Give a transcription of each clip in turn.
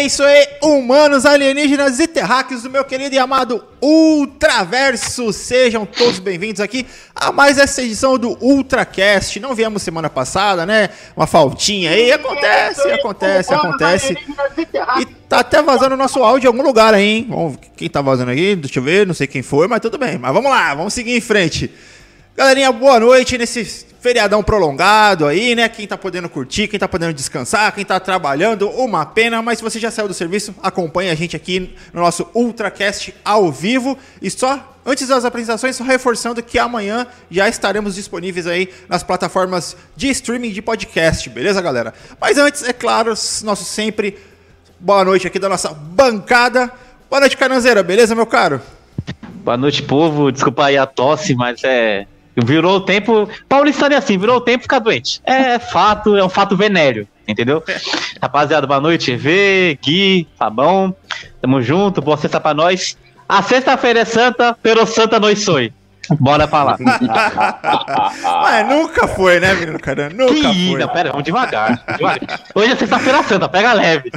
isso aí, humanos, alienígenas e terráqueos do meu querido e amado Ultraverso. Sejam todos bem-vindos aqui a mais essa edição do UltraCast. Não viemos semana passada, né? Uma faltinha aí. Acontece. E tá até vazando o nosso áudio em algum lugar aí, hein? Vamos, quem tá vazando aqui? Deixa eu ver, não sei quem foi, mas tudo bem. Mas vamos lá, vamos seguir em frente. Galerinha, boa noite nesse feriadão prolongado aí, né? Quem tá podendo curtir, quem tá podendo descansar, quem tá trabalhando, uma pena. Mas se você já saiu do serviço, acompanha a gente aqui no nosso UltraCast ao vivo. E só, antes das apresentações, só reforçando que amanhã já estaremos disponíveis aí nas plataformas de streaming de podcast, beleza, galera? Mas antes, é claro, nosso sempre boa noite aqui da nossa bancada. Boa noite, Cananzeira, beleza, meu caro? Boa noite, povo. Desculpa aí a tosse, mas virou o tempo. Paulistano é assim, virou o tempo ficar doente. É fato, é um fato venéreo, entendeu? Rapaziada, boa noite, EV, Gui, Fabão. Tamo junto, boa sexta pra nós. A sexta-feira é santa, pero santa nós soy. Bora pra lá. Mas nunca foi, né, menino cara? Nunca foi. Não, pera, vamos devagar. Hoje é sexta-feira santa, pega leve.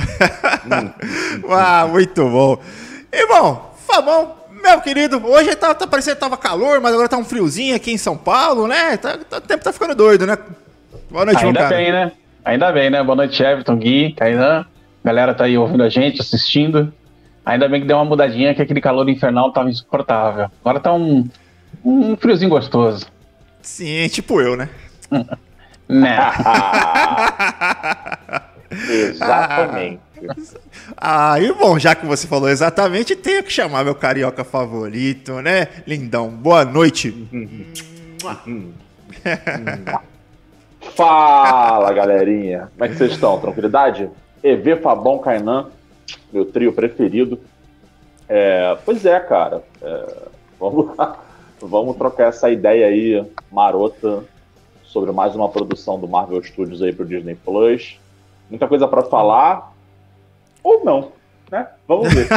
Muito bom. E bom, Fabão, meu querido, hoje tá parecendo que tava calor, mas agora tá um friozinho aqui em São Paulo, né? O tempo tá ficando doido, né? Boa noite, meu cara. Ainda bem, né? Boa noite, Everton, Gui, Kainan. Galera tá aí ouvindo a gente, assistindo. Ainda bem que deu uma mudadinha, que aquele calor infernal tava insuportável. Agora tá um friozinho gostoso. Sim, tipo eu, né? Né? Exatamente. E bom, já que você falou exatamente, tenho que chamar meu carioca favorito, né? Lindão, boa noite. Fala, galerinha. Como é que vocês estão? Tranquilidade? EV, Fabão, Kainan, meu trio preferido. Pois é, cara. Vamos trocar essa ideia aí marota sobre mais uma produção do Marvel Studios aí pro Disney Plus. Muita coisa pra falar. Ou não, né? Vamos ver.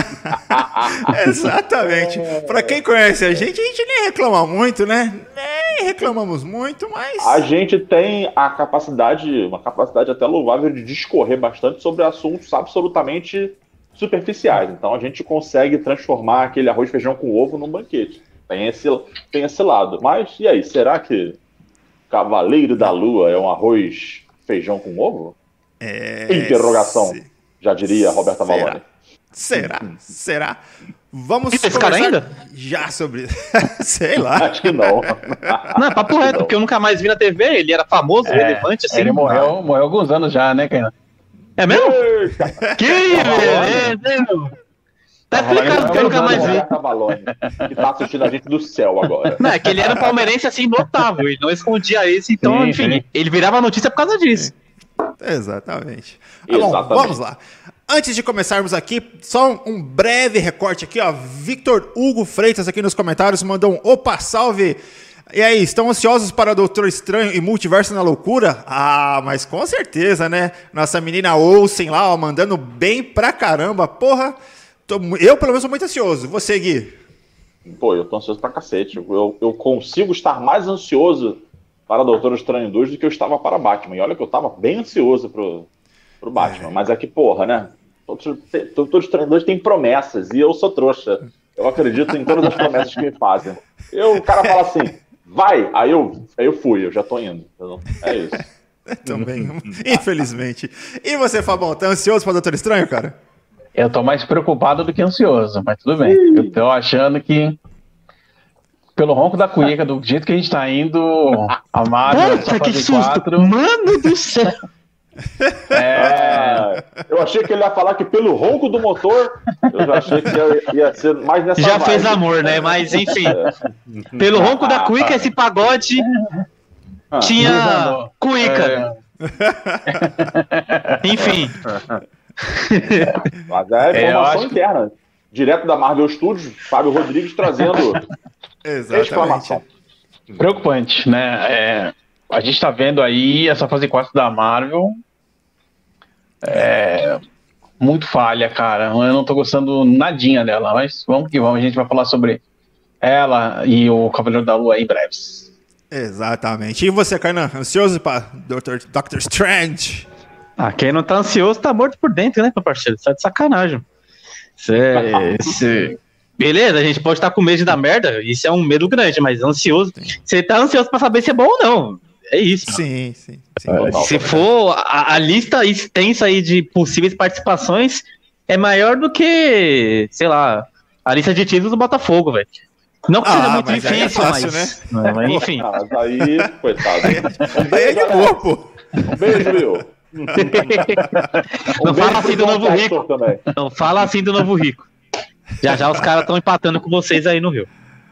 Exatamente. Pra quem conhece a gente nem reclama muito, né? Nem reclamamos muito, mas... A gente tem uma capacidade até louvável de discorrer bastante sobre assuntos absolutamente superficiais. Então a gente consegue transformar aquele arroz e feijão com ovo num banquete. Tem esse lado. Mas, e aí, será que Cavaleiro da Lua é um arroz feijão com ovo? Interrogação. Já diria Roberta Valone. Será? Vamos esse cara ainda? Já sobre... Sei lá. Acho que não. Não, é papo reto, porque eu nunca mais vi na TV. Ele era famoso, relevante, assim. Ele morreu há alguns anos já, né, Kainan? É mesmo? Que beleza, hein, meu? Tá explicado porque eu nunca mais vi. Roberta Valone, que tá assistindo a gente do céu agora. Não, é que ele era um palmeirense, assim, notável. Ele não escondia isso, então, enfim, ele virava notícia por causa disso. Exatamente. Exatamente. Bom, vamos lá. Antes de começarmos aqui, só um breve recorte aqui, ó. Victor Hugo Freitas aqui nos comentários mandou um opa, salve. E aí, estão ansiosos para Doutor Estranho e Multiverso na Loucura? Mas com certeza, né? Nossa menina Olsen lá, ó, mandando bem pra caramba. Porra, eu pelo menos sou muito ansioso. Você, Gui? Pô, eu tô ansioso pra cacete. Eu consigo estar mais ansioso para Doutor Estranho 2 do que eu estava para Batman. E olha que eu tava bem ansioso pro Batman. Mas é que, porra, né? Doutor Estranho 2 tem promessas e eu sou trouxa. Eu acredito em todas as promessas que me fazem. O cara fala assim, vai! Aí eu fui, eu já tô indo. É isso. Também, infelizmente. E você, Fabão, tá ansioso para Doutor Estranho, cara? Eu tô mais preocupado do que ansioso, mas tudo bem. Eu tô achando que, pelo ronco da cuíca, do jeito que a gente tá indo, a Marvel Nossa, que susto! 4... Mano do céu! Eu achei que ele ia falar que pelo ronco do motor, eu já achei que ia ser mais nessa Já vibe. fez amor, né? Mas, enfim. Pelo ronco da cuíca, esse pagode tinha cuíca. Enfim. Mas informação interna. Direto da Marvel Studios, Fábio Rodrigues trazendo exclamação. Preocupante, né? A gente tá vendo aí essa fase 4 da Marvel muito falha, cara. Eu não tô gostando nadinha dela, mas vamos que vamos. A gente vai falar sobre ela e o Cavaleiro da Lua em breves. Exatamente. E você, Kainan, ansioso para Doctor Strange? Ah, quem não tá ansioso tá morto por dentro, né, meu parceiro? Você tá de sacanagem. Beleza, a gente pode estar com medo de dar merda, isso é um medo grande, mas ansioso. Você tá ansioso pra saber se é bom ou não. É isso. Sim. Se for a lista extensa aí de possíveis participações, é maior do que, sei lá, a lista de títulos do Botafogo, velho. Não que seja muito difícil, fácil, mas... né? Mas enfim. Mas aí, coitado. Aí é de boa, pô. Um beijo, Will. Não fala assim do Novo John Rico. Textor também. Não fala assim do Novo Rico. Já os caras estão empatando com vocês aí no Rio.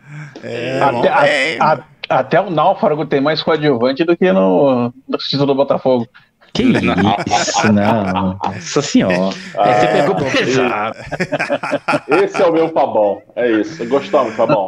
Até o Náufrago tem mais coadjuvante do que no título do Botafogo. Que isso, não. Nossa senhora. Você pegou pesado. Esse é o meu Fabão. É isso. Gostamos, Fabão.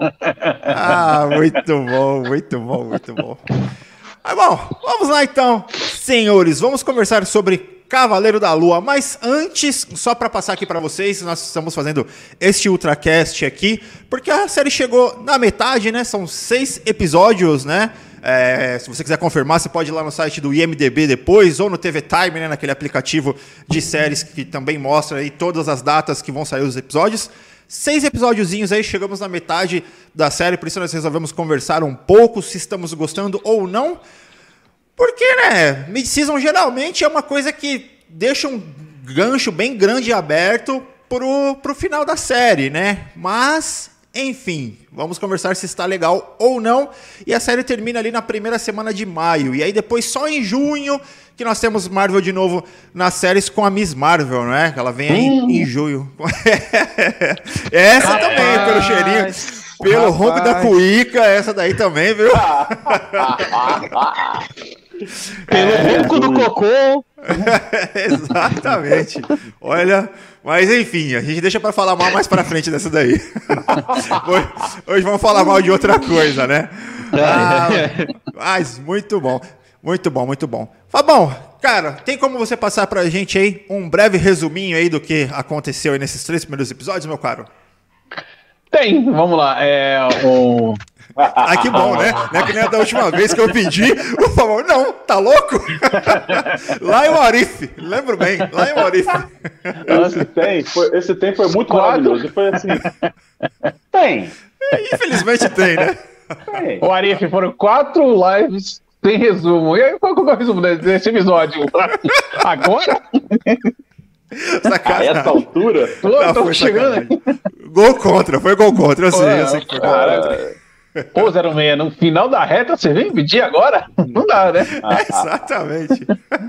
Muito bom. Mas bom, vamos lá então, senhores. Vamos conversar sobre Cavaleiro da Lua. Mas antes, só para passar aqui para vocês, nós estamos fazendo este Ultracast aqui, porque a série chegou na metade, né? São 6 episódios, né? Se você quiser confirmar, você pode ir lá no site do IMDb depois, ou no TV Time, né, naquele aplicativo de séries que também mostra aí todas as datas que vão sair os episódios. 6 episódiozinhos aí, chegamos na metade da série, por isso nós resolvemos conversar um pouco, se estamos gostando ou não. Porque, né, mid-season geralmente é uma coisa que deixa um gancho bem grande e aberto pro final da série, né? Mas... enfim, vamos conversar se está legal ou não. E a série termina ali na primeira semana de maio. E aí depois só em junho que nós temos Marvel de novo nas séries com a Miss Marvel, né? Ela vem aí em junho. Essa também, pelo cheirinho, pelo ronco da cuíca, essa daí também, viu? Pelo ronco do cocô. Exatamente. Olha... mas enfim, a gente deixa pra falar mal mais pra frente dessa daí. Hoje vamos falar mal de outra coisa, né? Mas muito bom. Fabão, cara, tem como você passar pra gente aí um breve resuminho aí do que aconteceu aí nesses 3 primeiros episódios, meu caro? Tem, vamos lá. Que bom, né? Não é que nem a da última vez que eu pedi, o Fabão, não, tá louco? Lá em Warif, lembro bem, lá em Warif. Esse tempo foi muito maravilhoso. Foi assim. Tem. Infelizmente tem, né? Tem. O Arif, foram 4 lives sem resumo. E aí, qual que é o resumo desse episódio? Agora? A essa altura? Tô chegando aqui. Foi gol contra, eu sei que foi gol contra. Pô, 06, no final da reta você vem pedir agora? Não dá, né? Exatamente.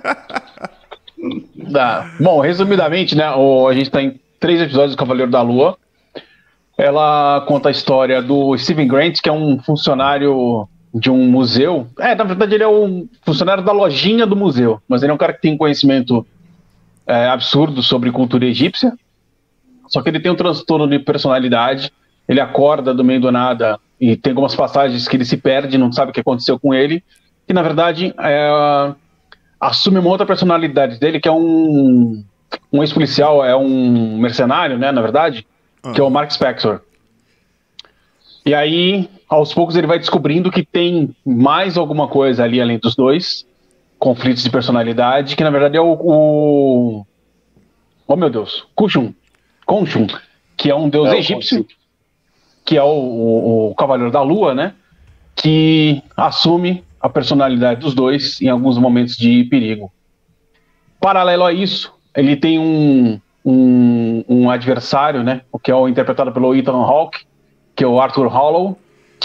Dá. Bom, resumidamente, né? A gente tá em 3 episódios do Cavaleiro da Lua. Ela conta a história do Steven Grant, que é um funcionário de um museu. Na verdade, ele é um funcionário da lojinha do museu, mas ele é um cara que tem conhecimento absurdo sobre cultura egípcia. Só que ele tem um transtorno de personalidade. Ele acorda do meio do nada e tem algumas passagens que ele se perde, não sabe o que aconteceu com ele. E, na verdade, assume uma outra personalidade dele, que é um ex-policial, é um mercenário, né, na verdade, que é o Mark Spector. E aí, aos poucos, ele vai descobrindo que tem mais alguma coisa ali além dos dois, conflitos de personalidade, que, na verdade, é oh, meu Deus, Khonshu, que é um deus egípcio, que é o Cavaleiro da Lua, né? Que assume a personalidade dos dois em alguns momentos de perigo. Paralelo a isso, ele tem um adversário, né? O que é interpretado pelo Ethan Hawke, que é o Arthur Harrow,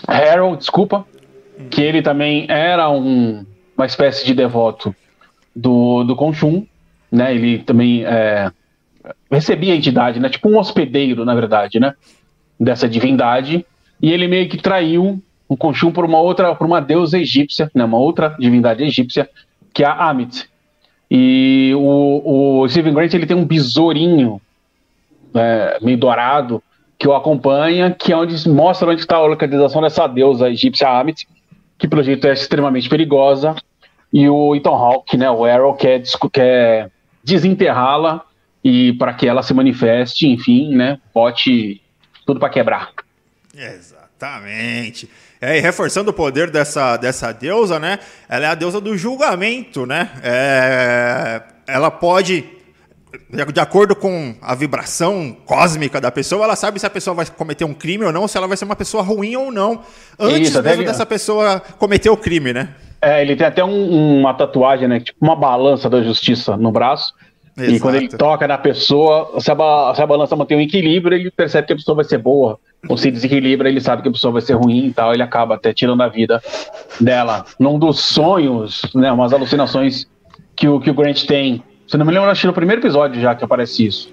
que ele também era uma espécie de devoto do Khonshu, né? Ele também recebia a entidade, né? Tipo um hospedeiro, na verdade, né? Dessa divindade, e ele meio que traiu o Khonshu por uma deusa egípcia, né, uma outra divindade egípcia, que é a Amit. E o Steven Grant, ele tem um besourinho meio dourado que o acompanha, que é onde mostra onde está a localização dessa deusa egípcia Amit, que pelo jeito é extremamente perigosa, e o Ethan Hawke, né, o Arrow, quer desenterrá-la e para que ela se manifeste, enfim, né, bote tudo para quebrar. Exatamente. E reforçando o poder dessa deusa, né? Ela é a deusa do julgamento, né? ela pode, de acordo com a vibração cósmica da pessoa, ela sabe se a pessoa vai cometer um crime ou não, se ela vai ser uma pessoa ruim ou não, antes mesmo dessa pessoa cometer o crime, né? Ele tem até uma tatuagem, né? Tipo uma balança da justiça no braço. Exato. E quando ele toca na pessoa, se a balança mantém um equilíbrio, ele percebe que a pessoa vai ser boa. Ou se desequilibra, ele sabe que a pessoa vai ser ruim e tal. Ele acaba até tirando a vida dela. Num dos sonhos, né? Umas alucinações que o Grant tem. Se não me lembro, acho que no primeiro episódio já que aparece isso.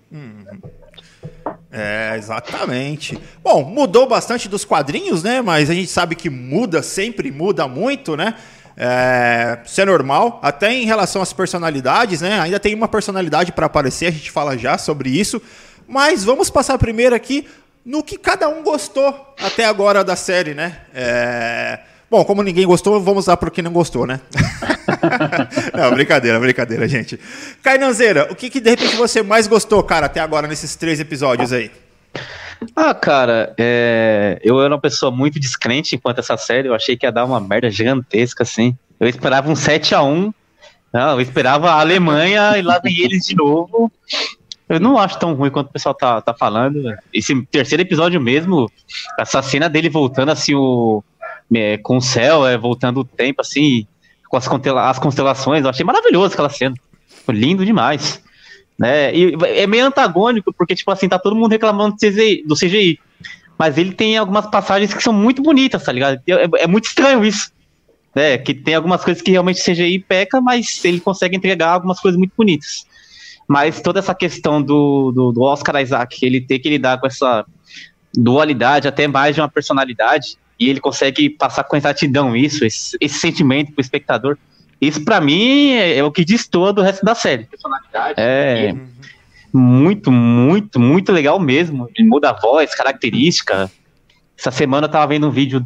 Exatamente. Bom, mudou bastante dos quadrinhos, né? Mas a gente sabe que sempre muda muito, né? Isso é normal. Até em relação às personalidades, né? Ainda tem uma personalidade para aparecer, a gente fala já sobre isso. Mas vamos passar primeiro aqui no que cada um gostou até agora da série, né? Bom, como ninguém gostou, vamos lá para o que não gostou, né? Não, brincadeira, gente. Kainanzeira, o que de repente você mais gostou, cara, até agora nesses 3 episódios aí? Cara, eu era uma pessoa muito descrente enquanto essa série, eu achei que ia dar uma merda gigantesca, assim. Eu esperava um 7-1, eu esperava a Alemanha e lá vem eles de novo. Eu não acho tão ruim quanto o pessoal tá falando. Esse terceiro episódio mesmo, essa cena dele voltando assim, com o céu, voltando o tempo, assim, com as constelações, eu achei maravilhoso aquela cena. Foi lindo demais. Né? E é meio antagônico, porque, tipo assim, tá todo mundo reclamando do CGI. Mas ele tem algumas passagens que são muito bonitas, tá ligado? É muito estranho isso. Né? Que tem algumas coisas que realmente o CGI peca, mas ele consegue entregar algumas coisas muito bonitas. Mas toda essa questão do Oscar Isaac, ele ter que lidar com essa dualidade, até mais de uma personalidade, e ele consegue passar com exatidão esse sentimento pro espectador. Isso, pra mim, é o que destoa do resto da série. Personalidade. Muito, muito, muito legal mesmo. Ele muda a voz, característica. Essa semana eu tava vendo um vídeo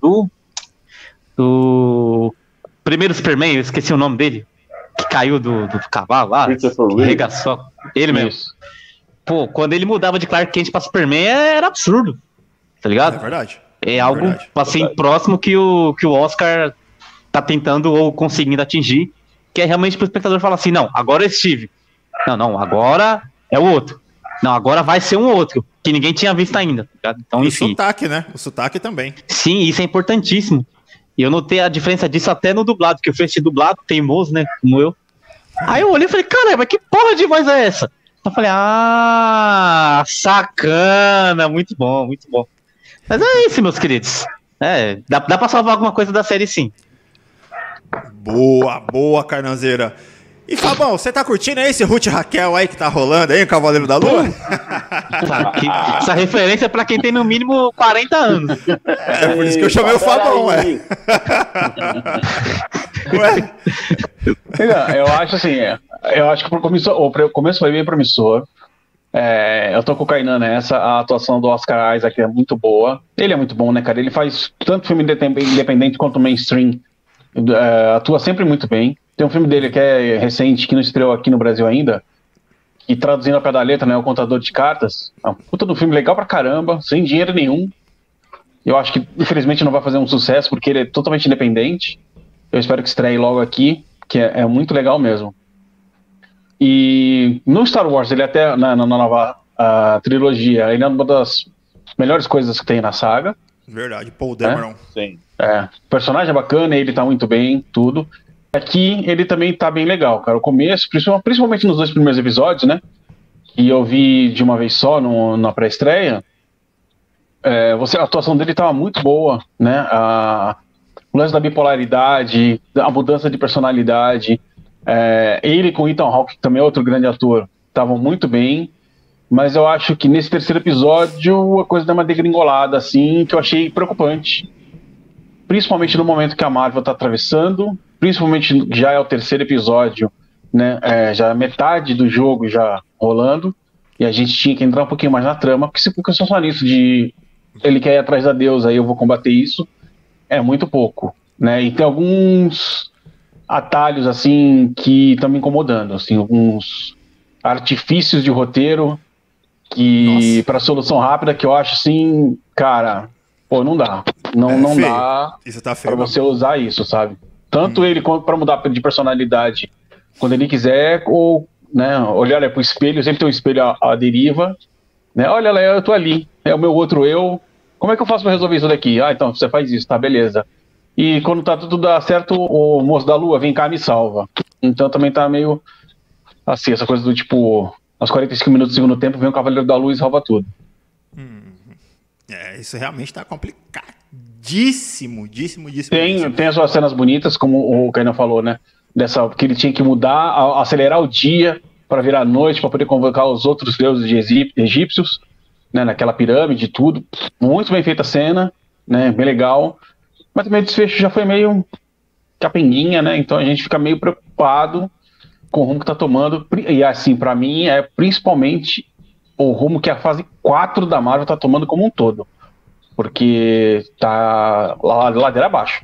do primeiro Superman, eu esqueci o nome dele, que caiu do cavalo lá, que regaçou. Ele mesmo. Pô, quando ele mudava de Clark Kent pra Superman, era absurdo. Tá ligado? É verdade. Algo, assim, próximo que o Oscar tá tentando ou conseguindo atingir, que é realmente pro espectador falar assim, não, agora é Steve. Não, agora é o outro. Não, agora vai ser um outro, que ninguém tinha visto ainda. Tá? Então, enfim. O sotaque, né? O sotaque também. Sim, isso é importantíssimo. E eu notei a diferença disso até no dublado, porque eu fui assistir dublado, teimoso, né, como eu. Aí eu olhei e falei, caramba, que porra de voz é essa? Eu falei, sacana, muito bom, muito bom. Mas é isso, meus queridos. Dá pra salvar alguma coisa da série, sim. Boa, Carnanzeira. E Fabão, você tá curtindo aí esse Ruth Raquel aí que tá rolando aí, o Cavaleiro da Lua? Essa referência é pra quem tem no mínimo 40 anos. Por isso que eu chamei o Fabão, Eu acho assim, que o começo foi bem promissor. Eu tô com o Kainan nessa, a atuação do Oscar Isaac é muito boa. Ele é muito bom, né, cara? Ele faz tanto filme independente quanto mainstream. Atua sempre muito bem. Tem um filme dele que é recente, que não estreou aqui no Brasil ainda, e traduzindo a pé da letra, né, O Contador de Cartas. É um puta do filme legal pra caramba, sem dinheiro nenhum. Eu acho que, infelizmente, não vai fazer um sucesso, porque ele é totalmente independente. Eu espero que estreie logo aqui, que é muito legal mesmo. E no Star Wars, ele até, na nova trilogia, ele é uma das melhores coisas que tem na saga. Verdade, Paul Dameron. Sim. O personagem é bacana, ele tá muito bem, tudo. Aqui ele também tá bem legal, cara. O começo, principalmente nos 2 primeiros episódios, né? Que eu vi de uma vez só na pré-estreia. A atuação dele tava muito boa, né? O lance da bipolaridade, a mudança de personalidade. Ele com o Ethan Hawke, que também é outro grande ator, estavam muito bem. Mas eu acho que nesse terceiro episódio a coisa deu uma degringolada, assim, que eu achei preocupante. Principalmente no momento que a Marvel tá atravessando. Principalmente já é o terceiro episódio, né? Já é metade do jogo já rolando. E a gente tinha que entrar um pouquinho mais na trama, porque se fica só nisso de ele quer ir atrás da deusa, aí eu vou combater isso, é muito pouco, né? E tem alguns atalhos, assim, que estão me incomodando, assim, alguns artifícios de roteiro que para solução rápida que eu acho assim, cara, pô, não dá. Não dá isso tá feio, pra você usar isso, sabe? Tanto ele quanto pra mudar de personalidade quando ele quiser, ou, né, olhar pro espelho, sempre tem um espelho à deriva, né? Olha lá, eu tô ali, é o meu outro eu. Como é que eu faço para resolver isso daqui? Ah, então você faz isso, tá, beleza. E quando tá tudo dá certo, o moço da lua vem cá e me salva. Então também tá meio assim, essa coisa do tipo, aos 45 minutos do segundo tempo, vem o Cavaleiro da Lua e salva tudo. Isso realmente tá complicadíssimo. Tem as suas cenas bonitas, como o Kainan falou, né? Que ele tinha que mudar, acelerar o dia para virar noite, para poder convocar os outros deuses egípcios, né? Naquela pirâmide e tudo. Muito bem feita a cena, né? Bem legal. Mas também o desfecho já foi meio capenguinha, né? Então a gente fica meio preocupado com o rumo que tá tomando. E assim, para mim, é principalmente o rumo que a fase 4 da Marvel tá tomando como um todo. Porque tá ladeira abaixo.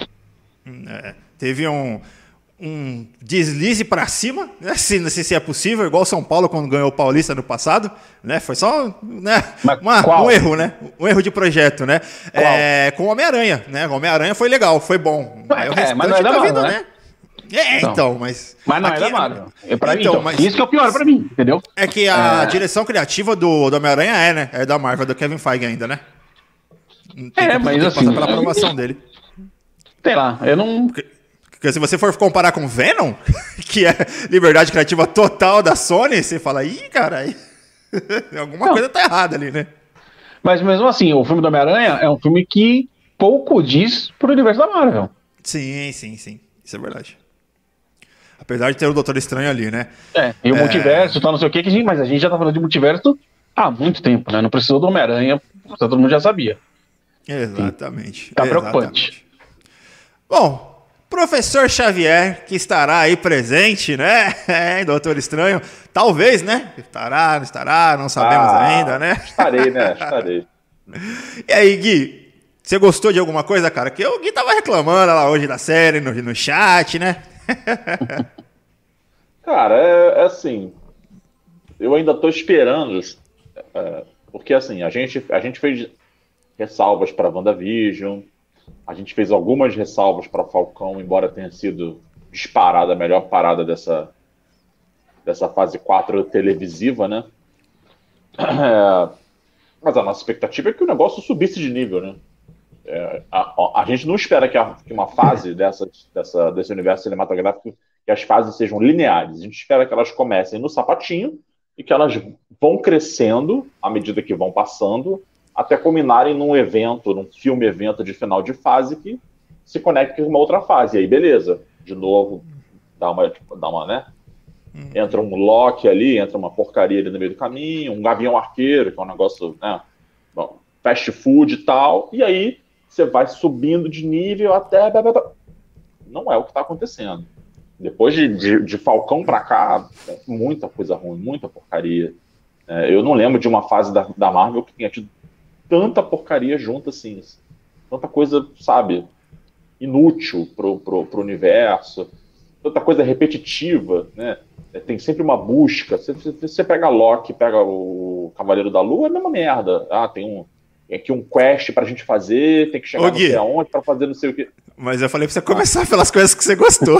Teve um deslize para cima, né? Não sei se é possível, igual o São Paulo quando ganhou o Paulista no passado, né? Foi só, né? Um erro, né? Um erro de projeto, né? Com o Homem-Aranha, né? O Homem-Aranha foi legal, foi bom. Mas não é da Marvel, né? Então, mas não é da Marvel. Isso que é o pior pra mim, entendeu? É que a direção criativa do Homem-Aranha né? É da Marvel, do Kevin Feige ainda, né? Mas assim... pela aprovação dele. Sei lá, eu não... Porque se você for comparar com Venom, que é liberdade criativa total da Sony, você fala, ih, cara, alguma coisa tá errada ali, né? Mas mesmo assim, o filme do Homem-Aranha é um filme que pouco diz pro universo da Marvel. Sim. Isso é verdade. Apesar de ter o Doutor Estranho ali, né? E o multiverso, tal, não sei o que, mas a gente já tá falando de multiverso há muito tempo, né? Não precisou do Homem-Aranha, todo mundo já sabia. Exatamente. Tá preocupante. Bom, Professor Xavier, que estará aí presente, né? Doutor Estranho. Talvez, né? Estará, não estará, não sabemos ainda, né? Estarei. E aí, Gui, você gostou de alguma coisa, cara? Que o Gui tava reclamando lá hoje da série, no chat, né? Cara, é assim, eu ainda tô esperando, porque assim, a gente fez ressalvas para WandaVision, a gente fez algumas ressalvas para Falcão, embora tenha sido disparada a melhor parada dessa fase 4 televisiva, né? Mas a nossa expectativa é que o negócio subisse de nível, né? A gente não espera que uma fase desse universo cinematográfico, que as fases sejam lineares. A gente espera que elas comecem no sapatinho e que elas vão crescendo à medida que vão passando, até culminarem num filme-evento de final de fase que se conecta com uma outra fase. E aí, beleza. De novo, dá uma, né? Entra um Loki ali, entra uma porcaria ali no meio do caminho, um Gavião Arqueiro, que é um negócio, né? Bom, fast food e tal. E aí, você vai subindo de nível até... Não é o que está acontecendo. Depois de Falcão pra cá, muita coisa ruim, muita porcaria. Eu não lembro de uma fase da Marvel que tenha tido tanta porcaria junto assim. Tanta coisa, sabe, inútil pro universo. Tanta coisa repetitiva, né? Tem sempre uma busca. Você pega Loki, pega o Cavaleiro da Lua, é a mesma merda. Tem aqui um quest pra gente fazer, tem que chegar não sei aonde pra fazer não sei o que. Mas eu falei pra você começar pelas coisas que você gostou.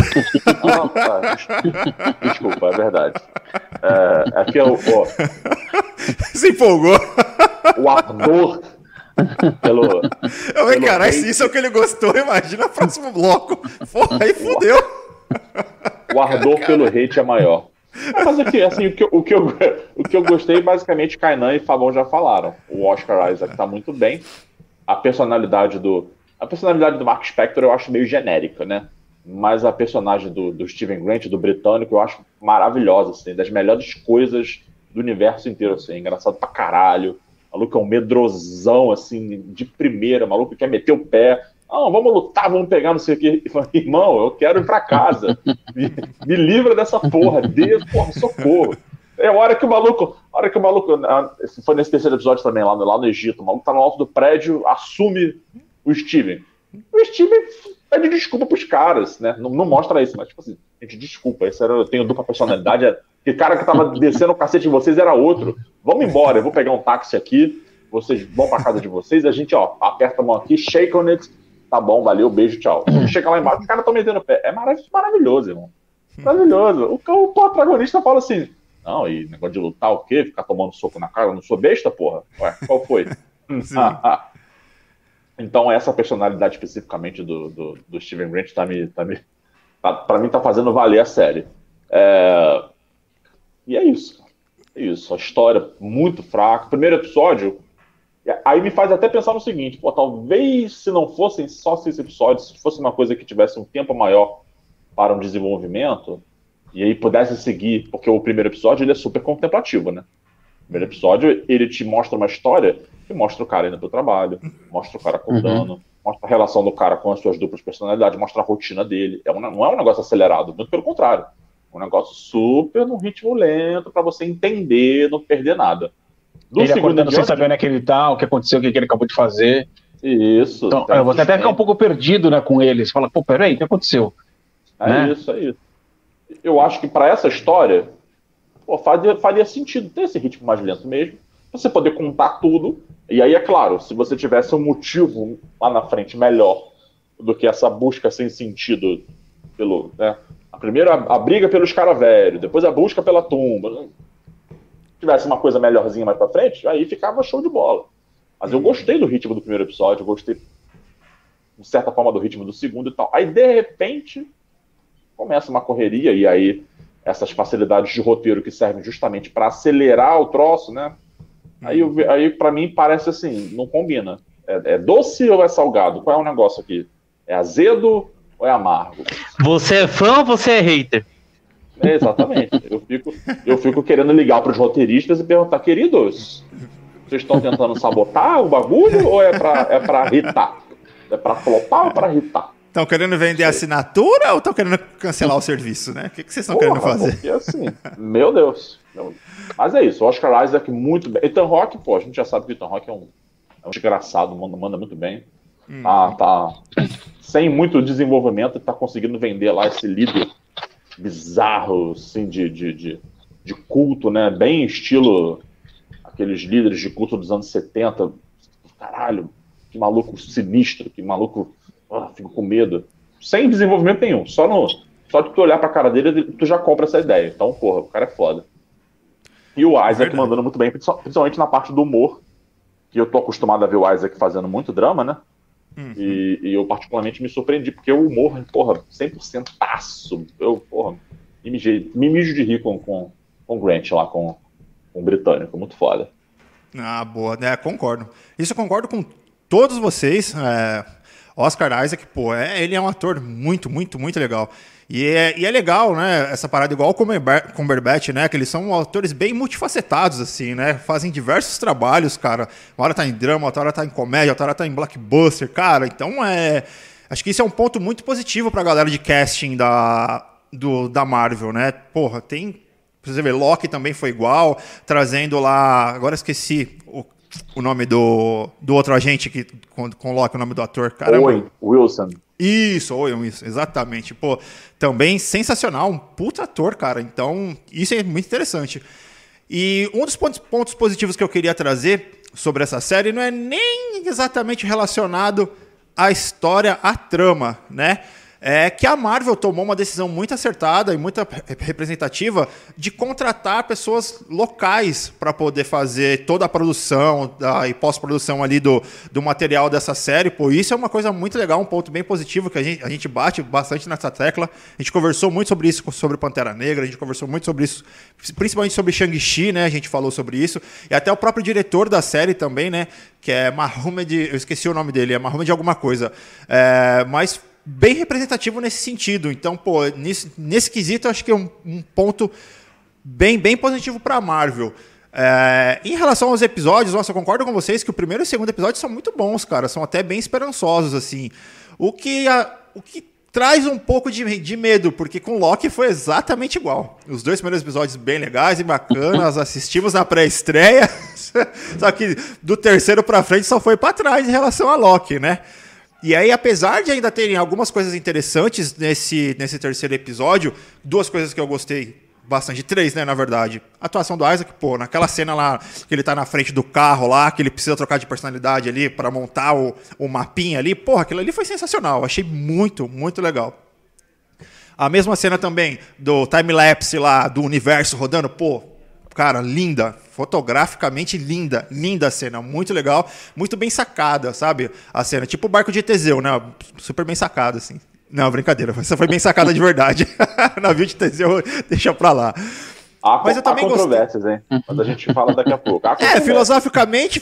Desculpa, é verdade. Aqui se empolgou. O ardor pelo cara, se isso é o que ele gostou, imagina o próximo bloco. Porra, aí fudeu. O ardor pelo hate é maior. Mas aqui, assim, o que eu gostei, basicamente, Kainan e Fabão já falaram. O Oscar Isaac tá muito bem. A personalidade do Mark Spector eu acho meio genérica, né? Mas a personagem do Steven Grant, do britânico, eu acho maravilhosa, assim, das melhores coisas do universo inteiro, assim. Engraçado pra caralho. O maluco é um medrosão, assim, de primeira. O maluco quer meter o pé. Não, vamos lutar, vamos pegar não sei o quê. Irmão, eu quero ir pra casa. Me livra dessa porra. Porra, socorro. A hora que o maluco, foi nesse terceiro episódio também, lá no Egito, o maluco tá no alto do prédio, assume o Steven. O Steven pede desculpa pros caras, né? Não mostra isso, mas tipo assim, gente, desculpa, eu tenho dupla personalidade. Que cara que tava descendo o cacete de vocês era outro. Vamos embora, eu vou pegar um táxi aqui, vocês vão pra casa de vocês, a gente, aperta a mão aqui, shake on it, tá bom, valeu, beijo, tchau. Chega lá embaixo, os caras estão metendo o pé. É maravilhoso, irmão. Maravilhoso. O protagonista fala assim, não, e negócio de lutar o quê? Ficar tomando soco na cara? Eu não sou besta, porra? Ué, qual foi? Então essa personalidade especificamente do Steven Grant pra mim tá fazendo valer a série. E é isso. É isso. A história muito fraca. Primeiro episódio, aí me faz até pensar no seguinte, pô, talvez se não fossem só 6 episódios, se fosse uma coisa que tivesse um tempo maior para um desenvolvimento, e aí pudesse seguir, porque o primeiro episódio ele é super contemplativo, né? O primeiro episódio ele te mostra uma história que mostra o cara indo pro trabalho, mostra o cara acordando, mostra a relação do cara com as suas duplas personalidades, mostra a rotina dele. Não é um negócio acelerado, muito pelo contrário. É um negócio super num ritmo lento para você entender, não perder nada. Ele acordando sem saber onde é que ele tá, o que aconteceu, o que ele acabou de fazer. Isso. Então, você até fica um pouco perdido, né, com eles. Fala, pô, peraí, o que aconteceu? É isso. Eu acho que para essa história, pô, faria sentido ter esse ritmo mais lento mesmo, pra você poder contar tudo. E aí, é claro, se você tivesse um motivo lá na frente melhor do que essa busca sem sentido pelo, né? Primeiro a briga pelos caras velhos, depois a busca pela tumba. Se tivesse uma coisa melhorzinha mais pra frente, aí ficava show de bola. Mas eu gostei do ritmo do primeiro episódio, eu gostei, de certa forma, do ritmo do segundo e tal. Aí, de repente, começa uma correria, e aí essas facilidades de roteiro que servem justamente para acelerar o troço, né? Aí para mim, parece assim, não combina. É doce ou é salgado? Qual é o negócio aqui? É azedo ou é amargo? Você é fã ou você é hater? Exatamente. Eu fico querendo ligar para os roteiristas e perguntar, queridos, vocês estão tentando sabotar o bagulho ou é para irritar? É para flopar ou para irritar? Estão querendo vender assinatura ou estão querendo cancelar o serviço, né? O que vocês estão querendo fazer? Porque assim, meu Deus. Mas é isso, o Oscar Isaac muito bem. Ethan Hawke, pô, a gente já sabe que o Ethan Hawke é um desgraçado, manda muito bem. Tá sem muito desenvolvimento, tá conseguindo vender lá esse líder bizarro, assim, de culto, né? Bem estilo aqueles líderes de culto dos anos 70. Caralho, que maluco sinistro, que maluco... fico com medo. Sem desenvolvimento nenhum. Só de tu olhar pra cara dele, tu já compra essa ideia. Então, porra, o cara é foda. E o Isaac mandando muito bem, principalmente na parte do humor, que eu tô acostumado a ver o Isaac fazendo muito drama, né? E eu particularmente me surpreendi, porque o humor, porra, 100% taço. Eu, porra, me mijo de rir com o Grant lá, com o britânico. Muito foda. Boa, né? Concordo. Isso eu concordo com todos vocês. Oscar Isaac, pô, ele é um ator muito, muito, muito legal. E é legal, né, essa parada igual o Cumberbatch, né, que eles são atores bem multifacetados, assim, né, fazem diversos trabalhos, cara. Uma hora tá em drama, outra hora tá em comédia, outra hora tá em blockbuster, cara. Então, acho que isso é um ponto muito positivo pra galera de casting da Marvel, né. Porra, pra você ver, Loki também foi igual, trazendo lá, agora esqueci o nome do outro agente que com Loki, o nome do ator. Caramba. Owen Wilson. Isso, Owen Wilson, exatamente. Pô, também sensacional, um puta ator, cara. Então, isso é muito interessante. E um dos pontos positivos que eu queria trazer sobre essa série não é nem exatamente relacionado à história, à trama, né? É que a Marvel tomou uma decisão muito acertada e muito representativa de contratar pessoas locais para poder fazer toda a produção e pós-produção ali do material dessa série. Pô, isso é uma coisa muito legal, um ponto bem positivo que a gente bate bastante nessa tecla. A gente conversou muito sobre isso, sobre Pantera Negra, a gente conversou muito sobre isso, principalmente sobre Shang-Chi, né? A gente falou sobre isso. E até o próprio diretor da série também, né? Que é Mohamed, eu esqueci o nome dele, é Mohamed alguma coisa. Mas bem representativo nesse sentido. Então, pô, nesse quesito, eu acho que é um ponto bem, bem positivo para a Marvel. Em relação aos episódios, nossa, eu concordo com vocês que o primeiro e o segundo episódio são muito bons, cara. São até bem esperançosos, assim. O que traz um pouco de medo, porque com Loki foi exatamente igual. Os dois primeiros episódios bem legais e bacanas, assistimos na pré-estreia, só que do terceiro para frente só foi para trás em relação a Loki, né? E aí, apesar de ainda terem algumas coisas interessantes nesse terceiro episódio, duas coisas que eu gostei bastante, três, né, na verdade. A atuação do Isaac, pô, naquela cena lá que ele tá na frente do carro lá, que ele precisa trocar de personalidade ali pra montar o mapinha ali, porra, aquilo ali foi sensacional, achei muito, muito legal. A mesma cena também do time-lapse lá, do universo rodando, pô, cara, linda, fotograficamente linda, linda a cena, muito legal, muito bem sacada, sabe? A cena, tipo o barco de Teseu, né? Super bem sacada, assim. Não, brincadeira, essa foi bem sacada de verdade. Navio de Teseu, deixa pra lá. Mas eu também controvérsias, hein? Mas a gente fala daqui a pouco. Filosoficamente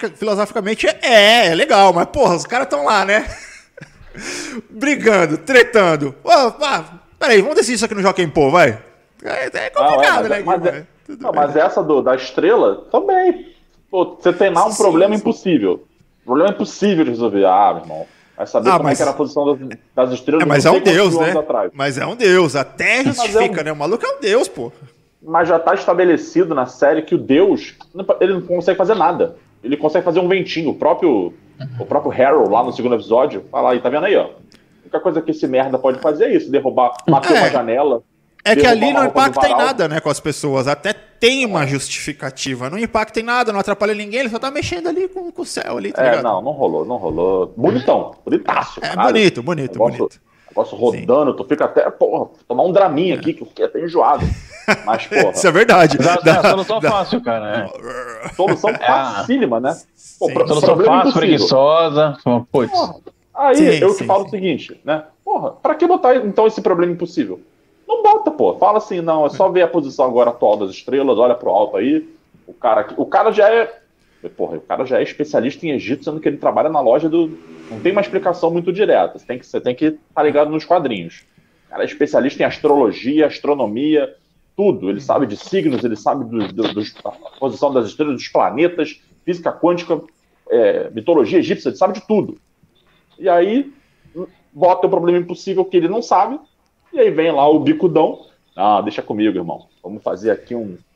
é legal, mas porra, os caras estão lá, né? Brigando, tretando. Peraí, vamos decidir isso aqui no Joaquim Pô, vai. É complicado, né? Mas essa da estrela, também. Pô, você tem lá um problema impossível. Problema impossível de resolver. Meu irmão. Vai saber como é que era a posição das estrelas. Mas é um deus, né? Mas é um deus. Até justifica, né? O maluco é um deus, pô. Mas já tá estabelecido na série que o deus, ele não consegue fazer nada. Ele consegue fazer um ventinho. O próprio Harrow, lá no segundo episódio, fala aí, tá vendo aí, ó. A única coisa que esse merda pode fazer é isso, bater uma janela. É que ali não impacta em nada, né, com as pessoas. Até tem uma justificativa. Não impacta em nada, não atrapalha ninguém. Ele só tá mexendo ali com o céu ali, tá ligado? Não rolou. Bonitaço. Bonito. Negócio rodando, tu fica até, porra, tomar um draminha aqui, que eu fiquei até enjoado. Mas, porra. Isso é verdade. Solução fácil, cara. Solução facílima, né? Solução fácil, preguiçosa. Putz. Aí eu te falo o seguinte, né? Porra, pra que botar então esse problema impossível? Não bota, pô. Fala assim, não, é só ver a posição agora atual das estrelas, olha pro alto aí. O cara já é. Porra, o cara já é especialista em Egito, sendo que ele trabalha na loja do. Não tem uma explicação muito direta. Você tem que estar ligado nos quadrinhos. O cara é especialista em astrologia, astronomia, tudo. Ele sabe de signos, ele sabe da posição das estrelas, dos planetas, física quântica, mitologia egípcia, ele sabe de tudo. E aí, bota o problema impossível que ele não sabe, e aí vem lá o bicudão. Deixa comigo, irmão. Vamos fazer aqui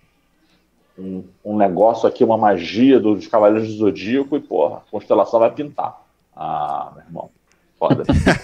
um negócio aqui, uma magia dos Cavaleiros do Zodíaco, e porra, a constelação vai pintar. Meu irmão, foda.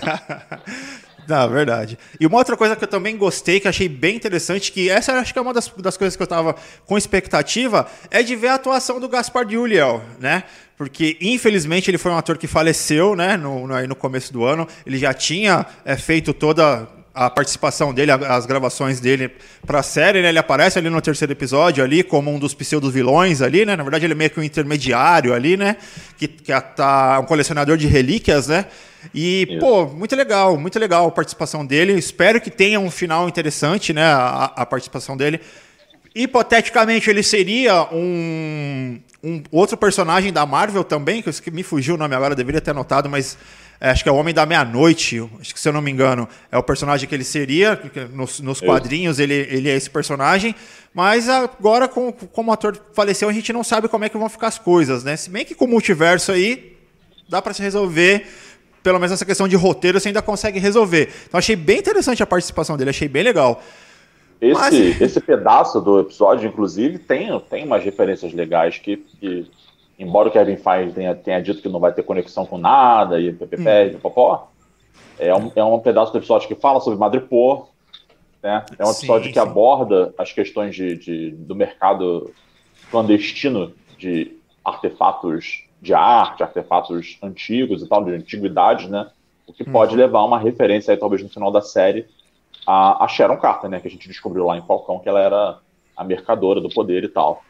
Não, verdade. E uma outra coisa que eu também gostei, que achei bem interessante, que essa eu acho que é uma das coisas que eu tava com expectativa, é de ver a atuação do Gaspar Ulliel, né? Porque, infelizmente, ele foi um ator que faleceu, né, no começo do ano. Ele já tinha feito toda a participação dele, as gravações dele pra série, né? Ele aparece ali no terceiro episódio, ali, como um dos pseudo-vilões ali, né? Na verdade, ele é meio que um intermediário ali, né? Que tá um colecionador de relíquias, né? E, pô, muito legal a participação dele. Espero que tenha um final interessante, né? A participação dele. Hipoteticamente, ele seria um outro personagem da Marvel também, que me fugiu o nome agora, eu deveria ter anotado, mas acho que é o Homem da Meia-Noite, acho que, se eu não me engano, é o personagem que ele seria, nos quadrinhos ele é esse personagem, mas agora, como o ator faleceu, a gente não sabe como é que vão ficar as coisas, né? Se bem que com o multiverso aí, dá pra se resolver, pelo menos essa questão de roteiro você ainda consegue resolver. Então achei bem interessante a participação dele, achei bem legal. Esse pedaço do episódio, inclusive, tem umas referências legais que embora o Kevin Feige tenha dito que não vai ter conexão com nada, e popopó, é um pedaço do episódio que fala sobre Madripoor, né? É um episódio que aborda as questões do mercado clandestino de artefatos de arte, artefatos antigos e tal, de antiguidades, né? O que pode levar a uma referência aí, talvez no final da série, a Sharon Carter, né? Que a gente descobriu lá em Falcão que ela era a mercadora do poder e tal.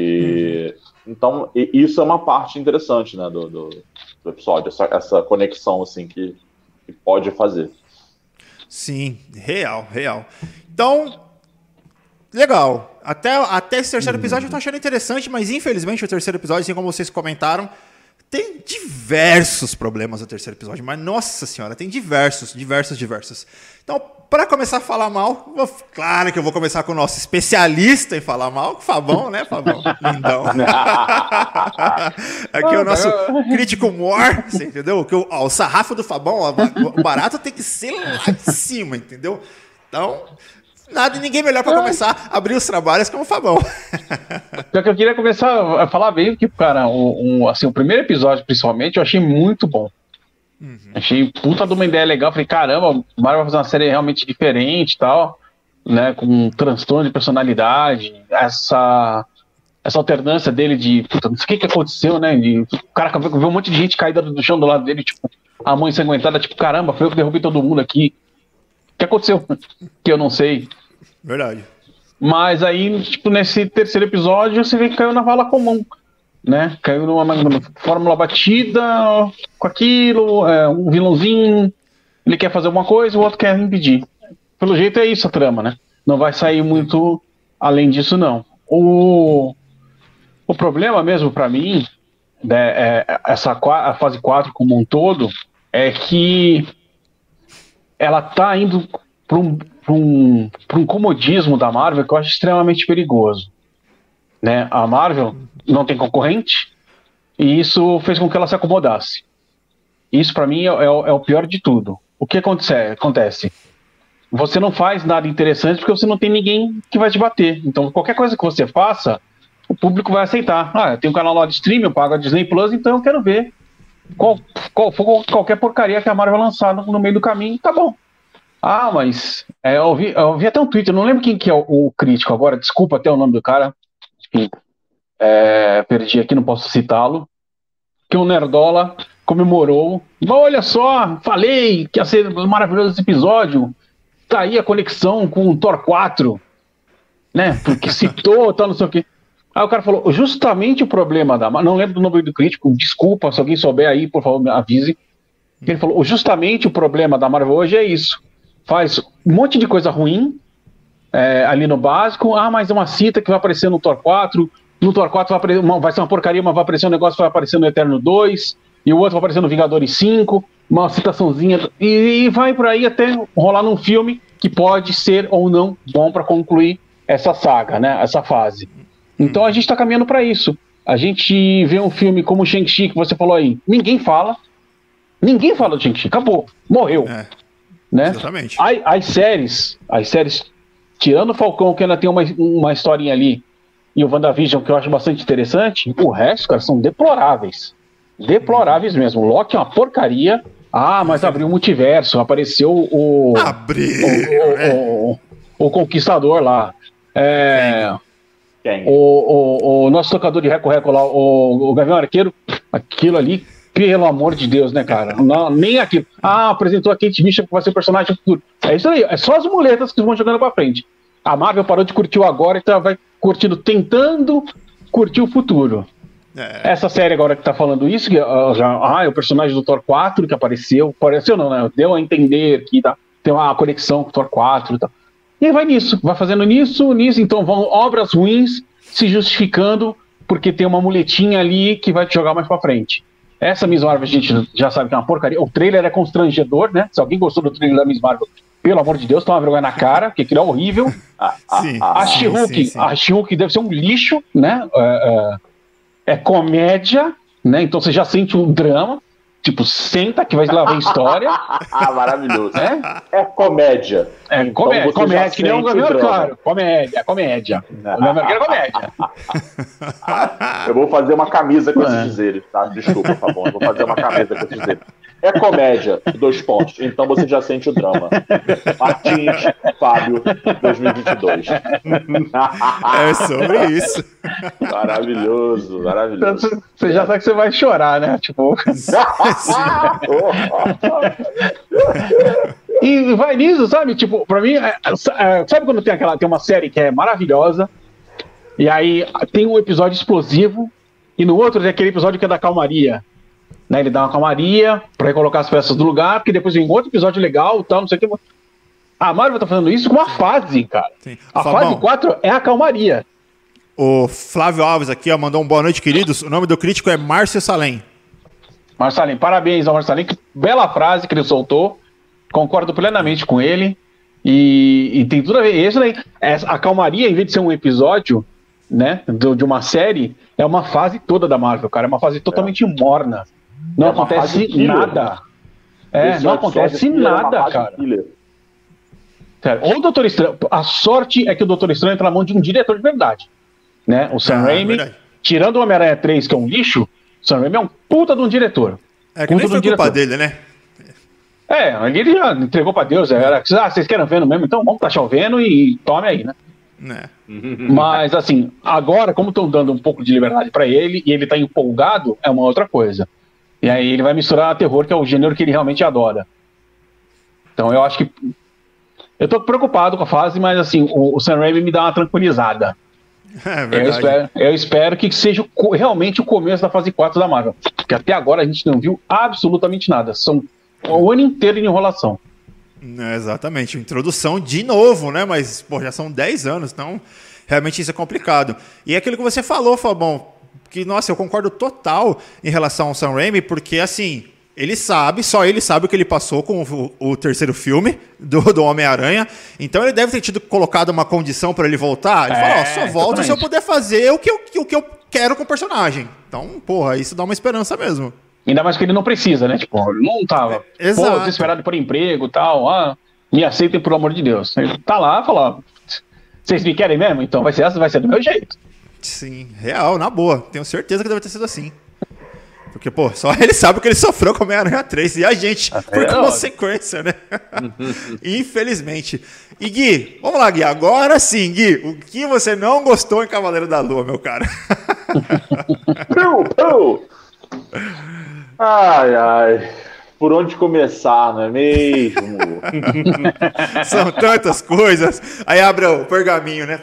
Então, isso é uma parte interessante, né, do episódio, essa conexão assim, que pode fazer. Sim, real. Então, legal. Até esse terceiro episódio eu tô achando interessante, mas infelizmente o terceiro episódio, assim como vocês comentaram, tem diversos problemas no terceiro episódio, mas nossa senhora, tem diversos. Então, para começar a falar mal, claro que eu vou começar com o nosso especialista em falar mal, o Fabão, né, Fabão? Lindão. Aqui é o nosso crítico more, você entendeu? O sarrafo do Fabão, o barato tem que ser lá de cima, entendeu? Então, ninguém melhor para começar a abrir os trabalhos como o Fabão. Pior que eu queria começar a falar bem, porque, cara, assim, o primeiro episódio, principalmente, eu achei muito bom. Achei puta de uma ideia legal. Falei, caramba, o Mario vai fazer uma série realmente diferente e tal, né? Com um transtorno de personalidade, essa alternância dele de, puta, não sei o que aconteceu, né? O cara viu um monte de gente caída do chão do lado dele, tipo, a mão ensanguentada, tipo, caramba, foi eu que derrubei todo mundo aqui. que aconteceu? Que eu não sei. Verdade. Mas aí, tipo, nesse terceiro episódio, você vê que caiu na vala comum, né? Caiu numa fórmula batida, com aquilo, um vilãozinho, ele quer fazer alguma coisa, o outro quer impedir. Pelo jeito é isso a trama, né? Não vai sair muito além disso, não. O problema mesmo pra mim, né, a fase 4 como um todo, é que ela tá indo para um comodismo da Marvel que eu acho extremamente perigoso, né? A Marvel não tem concorrente e isso fez com que ela se acomodasse. Isso para mim é o pior de tudo. O que acontece? Você não faz nada interessante porque você não tem ninguém que vai te bater. Então qualquer coisa que você faça, o público vai aceitar. Eu tenho um canal lá de streaming, eu pago a Disney Plus, então eu quero ver qualquer porcaria que a Marvel lançar no meio do caminho, tá bom. Mas eu vi até um tweet, eu não lembro quem que é o crítico agora, desculpa até o nome do cara, enfim, perdi aqui, não posso citá-lo, que o Nerdola comemorou, mas olha só, falei que ia ser maravilhoso esse episódio, tá aí a conexão com o Thor 4, né, porque citou, tal, não sei o quê. Aí o cara falou, justamente o problema não lembro do nome do crítico, desculpa, se alguém souber aí, por favor, me avise. Ele falou, justamente o problema da Marvel hoje é isso. Faz um monte de coisa ruim ali no básico. Mas é uma cita que vai aparecer no Thor 4. No Thor 4 vai ser uma porcaria, mas vai aparecer um negócio que vai aparecer no Eterno 2. E o outro vai aparecer no Vingadores 5. Uma citaçãozinha. E vai por aí até rolar num filme que pode ser ou não bom para concluir essa saga, né? Essa fase. Então a gente está caminhando para isso. A gente vê um filme como Shang-Chi, que você falou aí. Ninguém fala do Shang-Chi. Acabou. Morreu. Né? Exatamente. As séries, tirando o Falcão, que ainda tem uma historinha ali, e o WandaVision, que eu acho bastante interessante, o resto, cara, são deploráveis. Deploráveis mesmo. Loki é uma porcaria. Mas abriu o multiverso, apareceu o Conquistador lá. Quem? O nosso tocador de reco-reco lá, o Gavião Arqueiro, aquilo ali, pelo amor de Deus, né, cara? Não, nem aquilo. Apresentou a Kate Bishop que vai ser o personagem futuro. É isso aí, é só as muletas que vão jogando pra frente. A Marvel parou de curtir o agora e vai curtindo, tentando curtir o futuro. Essa série agora que tá falando isso, é o personagem do Thor 4 que apareceu não, né? Deu a entender que tem uma conexão com o Thor 4 e tal. E vai nisso, vai fazendo nisso, então vão obras ruins se justificando porque tem uma muletinha ali que vai te jogar mais pra frente. Essa Miss Marvel a gente já sabe que é uma porcaria. O trailer é constrangedor, né? Se alguém gostou do trailer da Miss Marvel, pelo amor de Deus, toma uma vergonha na cara, porque aquilo é horrível. A She-Hulk deve ser um lixo, né? É comédia, né? Então você já sente um drama. Tipo, senta que vai lá ver história. Maravilhoso. É comédia. Comédia, que nem o Gavião, claro. Comédia. O Gavião é comédia. Eu vou fazer uma camisa com esses dizeres, tá? Desculpa, tá bom. Eu vou fazer uma camisa com esses dizeres. É comédia, 2 pontos. Então você já sente o drama. Martins, Fábio, 2022. É sobre isso. Maravilhoso. Então, você já sabe que você vai chorar, né? Tipo... E vai nisso, sabe? Tipo, pra mim, sabe quando tem uma série que é maravilhosa e aí tem um episódio explosivo e no outro tem aquele episódio que é da calmaria, né? Ele dá uma calmaria pra colocar as peças do lugar, porque depois vem outro episódio legal, tal, não sei o que. A Marvel tá fazendo isso com uma fase, cara. Sim. A fase 4 é a calmaria. O Flávio Alves aqui, mandou um boa noite, queridos. O nome do crítico é Márcio Salem. Marcelinho, parabéns ao Marcelinho, que bela frase que ele soltou, concordo plenamente com ele, e tem tudo a ver, isso daí, a calmaria, em vez de ser um episódio, né, de uma série, é uma fase toda da Marvel, cara, é uma fase totalmente morna, não acontece nada, não acontece nada, cara. Sério. Ou o Doutor Estranho, a sorte é que o Doutor Estranho entra na mão de um diretor de verdade, né, o Sam Raimi, tirando o Homem-Aranha 3, que é um lixo, o Sam Raimi é um puta de um diretor. Que nem foi culpa dele, né? Ele já entregou pra Deus. Vocês querem ver mesmo? Então vamos tá chovendo e tome aí, né? Mas, assim, agora, como estão dando um pouco de liberdade pra ele e ele tá empolgado, é uma outra coisa. E aí ele vai misturar terror, que é o gênero que ele realmente adora. Então eu acho que Eu tô preocupado com a fase, mas assim, o Sam Raimi me dá uma tranquilizada. É verdade. Eu espero que seja realmente o começo da fase 4 da Marvel. Porque até agora a gente não viu absolutamente nada. São o ano inteiro de enrolação. Exatamente, introdução de novo, né? Mas, pô, já são 10 anos, então realmente isso é complicado. E é aquilo que você falou, Fabão, que, nossa, eu concordo total em relação ao Sam Raimi, porque, assim, só ele sabe o que ele passou com o terceiro filme do Homem-Aranha, então ele deve ter tido colocado uma condição para ele voltar. Ele falou, só volto se eu puder fazer o que eu quero com o personagem. Então, porra, isso dá uma esperança mesmo. Ainda mais que ele não precisa, né? Tipo, ele não tava desesperado por emprego e tal. Me aceitem, pelo amor de Deus. Ele tá lá, fala, vocês me querem mesmo? Então vai ser do meu jeito. Sim, real, na boa. Tenho certeza que deve ter sido assim. Porque, pô, só ele sabe o que ele sofreu com Homem-Aranha 3 e a gente, por consequência, né? Infelizmente. E Gui, vamos lá, Gui. Agora sim, Gui, o que você não gostou em Cavaleiro da Lua, meu cara? Ai. Por onde começar, não é mesmo? São tantas coisas. Aí abre o pergaminho, né?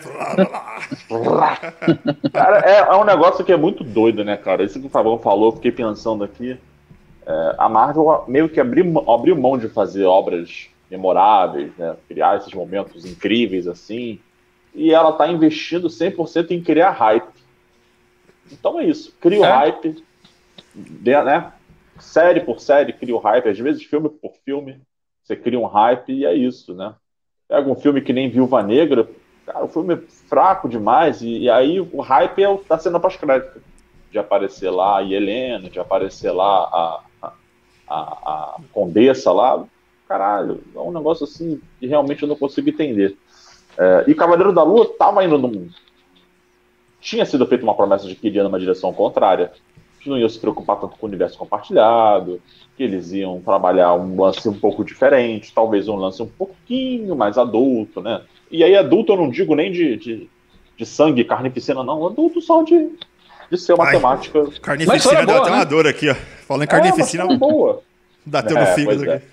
Cara, é um negócio que é muito doido, né, cara? Isso que o Fabão falou, fiquei pensando aqui. A Marvel meio que abriu mão de fazer obras memoráveis, né? Criar esses momentos incríveis assim. E ela tá investindo 100% em criar hype. Então é isso. Cria o hype, né? Série por série cria o hype, às vezes filme por filme você cria um hype e é isso, né? Pega um filme que nem Viúva Negra, cara, o filme é fraco demais e aí o hype tá sendo pós-crédito, de aparecer lá a Helena, de aparecer lá a Condessa lá, caralho, é um negócio assim que realmente eu não consigo entender. E Cavaleiro da Lua tava indo tinha sido feita uma promessa de que iria numa direção contrária, que não iam se preocupar tanto com o universo compartilhado, que eles iam trabalhar um lance um pouco diferente, talvez um lance um pouquinho mais adulto, né? E aí adulto eu não digo nem de sangue, carnificina, não. Adulto só de ser uma temática... Carnificina deu até uma dor aqui, ó. Falando em carnificina... boa. Bateu no fígado aqui.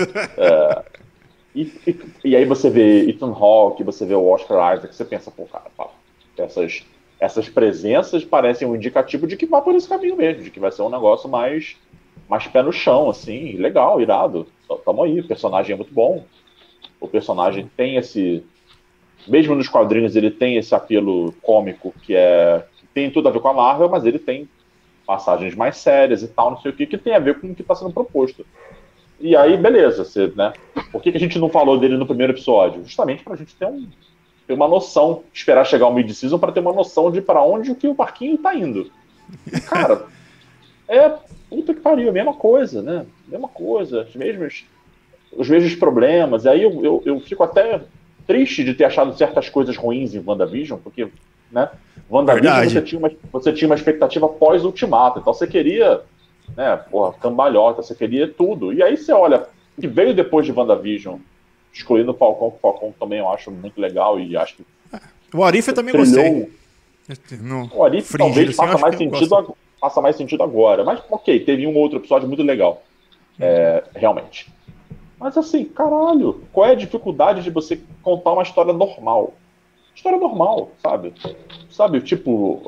E aí você vê Ethan Hawke, você vê o Oscar Isaac, você pensa, pô, cara, essas presenças parecem um indicativo de que vai por esse caminho mesmo, de que vai ser um negócio mais pé no chão, assim, legal, irado. Tamo aí, o personagem é muito bom. O personagem tem esse... Mesmo nos quadrinhos, ele tem esse apelo cômico que tem tudo a ver com a Marvel, mas ele tem passagens mais sérias e tal, não sei o que tem a ver com o que está sendo proposto. E aí, beleza, né? Por que a gente não falou dele no primeiro episódio? Justamente pra gente ter uma noção, esperar chegar o mid-season para ter uma noção de para onde que o barquinho tá indo. E, cara, puta que pariu, a mesma coisa, né? Mesma coisa, os mesmos problemas. E aí eu fico até triste de ter achado certas coisas ruins em WandaVision, porque, né? WandaVision você tinha uma expectativa pós-Ultimato, então você queria, né, cambalhota, você queria tudo. E aí você olha o que veio depois de WandaVision, excluindo o Falcão, que o Falcão também eu acho muito legal e acho que... O Arif eu também gostei. O Arif talvez faça mais sentido agora. Mas, ok, teve um outro episódio muito legal. Realmente. Mas assim, caralho, qual é a dificuldade de você contar uma história normal? História normal, sabe? Sabe, tipo,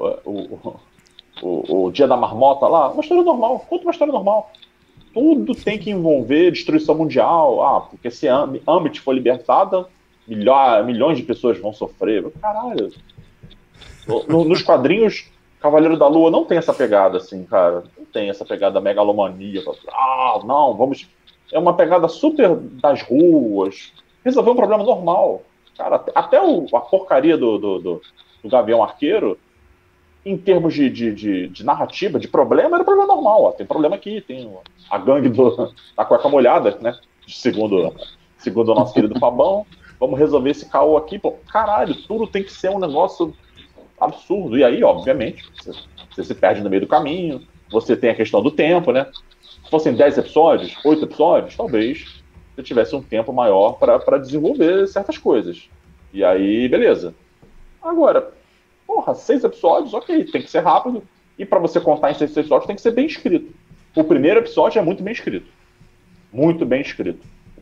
o Dia da Marmota lá? Uma história normal. Conta uma história normal. Tudo tem que envolver destruição mundial. Porque se a Amit for libertada, milhões de pessoas vão sofrer. Caralho. Nos quadrinhos, Cavaleiro da Lua não tem essa pegada, assim, cara. Não tem essa pegada megalomania. Não, vamos... É uma pegada super das ruas. Resolver um problema normal. Cara, até a porcaria do Gavião Arqueiro, em termos de narrativa, de problema, era um problema normal. Ó. Tem problema aqui, tem a gangue da cueca molhada, né? Segundo o nosso querido Fabão. Vamos resolver esse caô aqui. Pô, caralho, tudo tem que ser um negócio absurdo. E aí, obviamente, você se perde no meio do caminho. Você tem a questão do tempo, né? Se fossem 10 episódios, 8 episódios, talvez você tivesse um tempo maior para desenvolver certas coisas. E aí, beleza. Agora, 6 episódios, ok, tem que ser rápido. E para você contar em 6 episódios, tem que ser bem escrito. O primeiro episódio é muito bem escrito. Muito bem escrito. O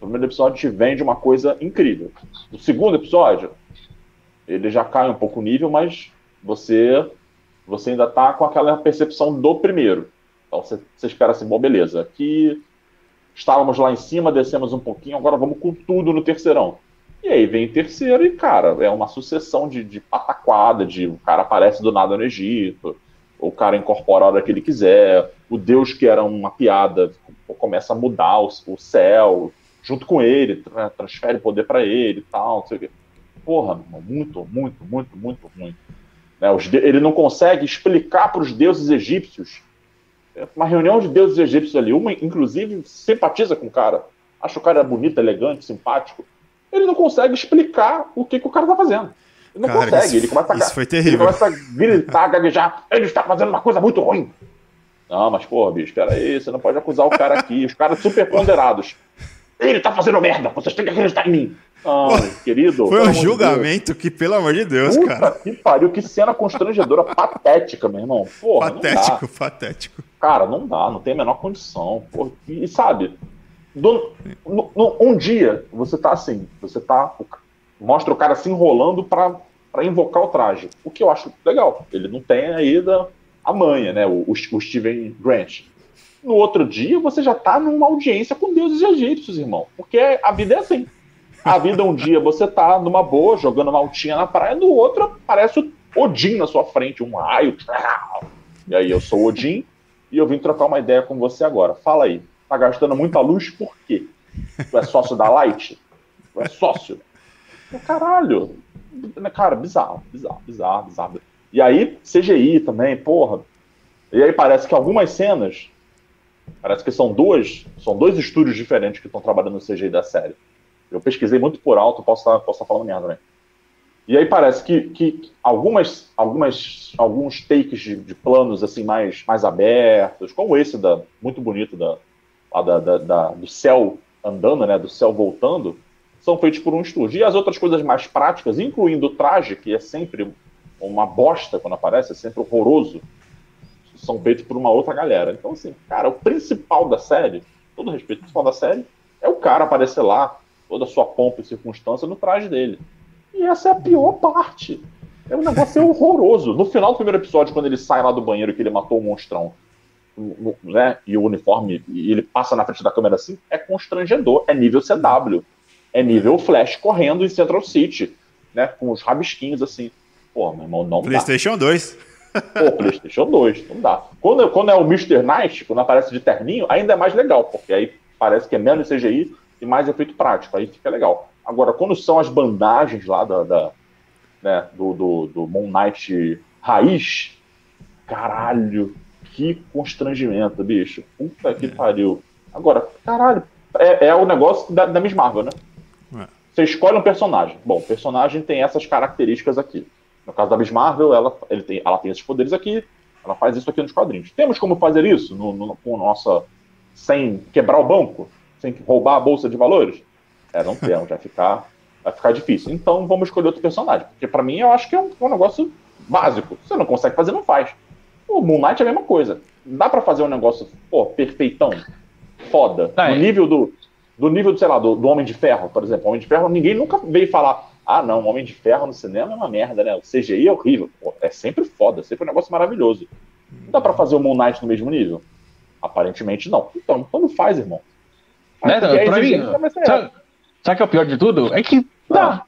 primeiro episódio te vende uma coisa incrível. No segundo episódio, ele já cai um pouco o nível, mas você ainda tá com aquela percepção do primeiro. Então você espera assim, bom, beleza, aqui estávamos lá em cima, descemos um pouquinho, agora vamos com tudo no terceirão. E aí vem o terceiro e, cara, é uma sucessão de pataquada, o cara aparece do nada no Egito, o cara incorpora a hora que ele quiser, o Deus que era uma piada começa a mudar o céu junto com ele, transfere poder para ele e tal, não sei o quê. Porra, muito, muito, muito, muito ruim. Né, ele não consegue explicar para os deuses egípcios. Uma reunião de deuses egípcios ali, uma inclusive simpatiza com o cara, acha o cara bonito, elegante, simpático. Ele não consegue explicar o que o cara tá fazendo. Ele não consegue, ele começa ele começa a gritar, gaguejar, ele está fazendo uma coisa muito ruim. Não, mas porra, bicho, peraí, você não pode acusar o cara aqui, os caras super ponderados. Ele tá fazendo merda, vocês têm que acreditar em mim. Ah, querido. Foi um julgamento que, pelo amor de Deus, puta cara. Que pariu, que cena constrangedora, patética, meu irmão. Porra, patético. Cara, não dá, não tem a menor condição. Porra, e sabe, um dia você tá assim, mostra o cara se enrolando pra invocar o traje. O que eu acho legal. Ele não tem aí a manha, né? O Steven Grant. No outro dia, você já tá numa audiência com deuses egípcios, irmão. Porque a vida é assim. A vida, um dia você tá numa boa, jogando uma altinha na praia, no outro aparece o Odin na sua frente, um raio. E aí, eu sou o Odin e eu vim trocar uma ideia com você agora. Fala aí, tá gastando muita luz por quê? Tu é sócio da Light? Tu é sócio? Caralho. Cara, bizarro. E aí, CGI também, porra. E aí parece que algumas cenas, parece que são dois estúdios diferentes que estão trabalhando no CGI da série. Eu pesquisei muito por alto, posso estar falando merda, né? E aí parece que alguns takes de planos assim mais abertos, como esse muito bonito do céu andando, né? Do céu voltando, são feitos por um estúdio. E as outras coisas mais práticas, incluindo o traje, que é sempre uma bosta quando aparece, é sempre horroroso, são feitos por uma outra galera. Então, assim, cara, o principal da série, todo respeito, o principal da série é o cara aparecer lá, toda a sua pompa e circunstância no traje dele. E essa é a pior parte. É um negócio horroroso. No final do primeiro episódio, quando ele sai lá do banheiro que ele matou o monstrão, né, e o uniforme, e ele passa na frente da câmera assim, é constrangedor. É nível CW. É nível Flash correndo em Central City, né, com os rabisquinhos assim. Pô, meu irmão, não PlayStation dá. 2. Pô, PlayStation 2, não dá. Quando é o Mr. Night, quando aparece de terninho, ainda é mais legal, porque aí parece que é menos CGI e mais efeito prático, aí fica legal. Agora, quando são as bandagens lá né, do Moon Knight raiz, caralho, que constrangimento, bicho. Puta que pariu. Agora, caralho, é o negócio da Miss Marvel, né? Você escolhe um personagem. Bom, o personagem tem essas características aqui. No caso da Miss Marvel, ela tem esses poderes aqui, ela faz isso aqui nos quadrinhos. Temos como fazer isso com nossa, sem quebrar o banco? Sem roubar a bolsa de valores? Não temos, vai ficar difícil. Então vamos escolher outro personagem. Porque pra mim eu acho que é um negócio básico. Se você não consegue fazer, não faz. O Moon Knight é a mesma coisa. Dá pra fazer um negócio, perfeitão, foda. No nível do nível, sei lá, do Homem de Ferro, por exemplo. O Homem de Ferro, ninguém nunca veio falar, não, o Homem de Ferro no cinema é uma merda, né? O CGI é horrível. Pô, é sempre foda, sempre um negócio maravilhoso. Não dá pra fazer o Moon Knight no mesmo nível? Aparentemente não. Então não faz, irmão. Pra mim, sabe que é o pior de tudo? É que dá.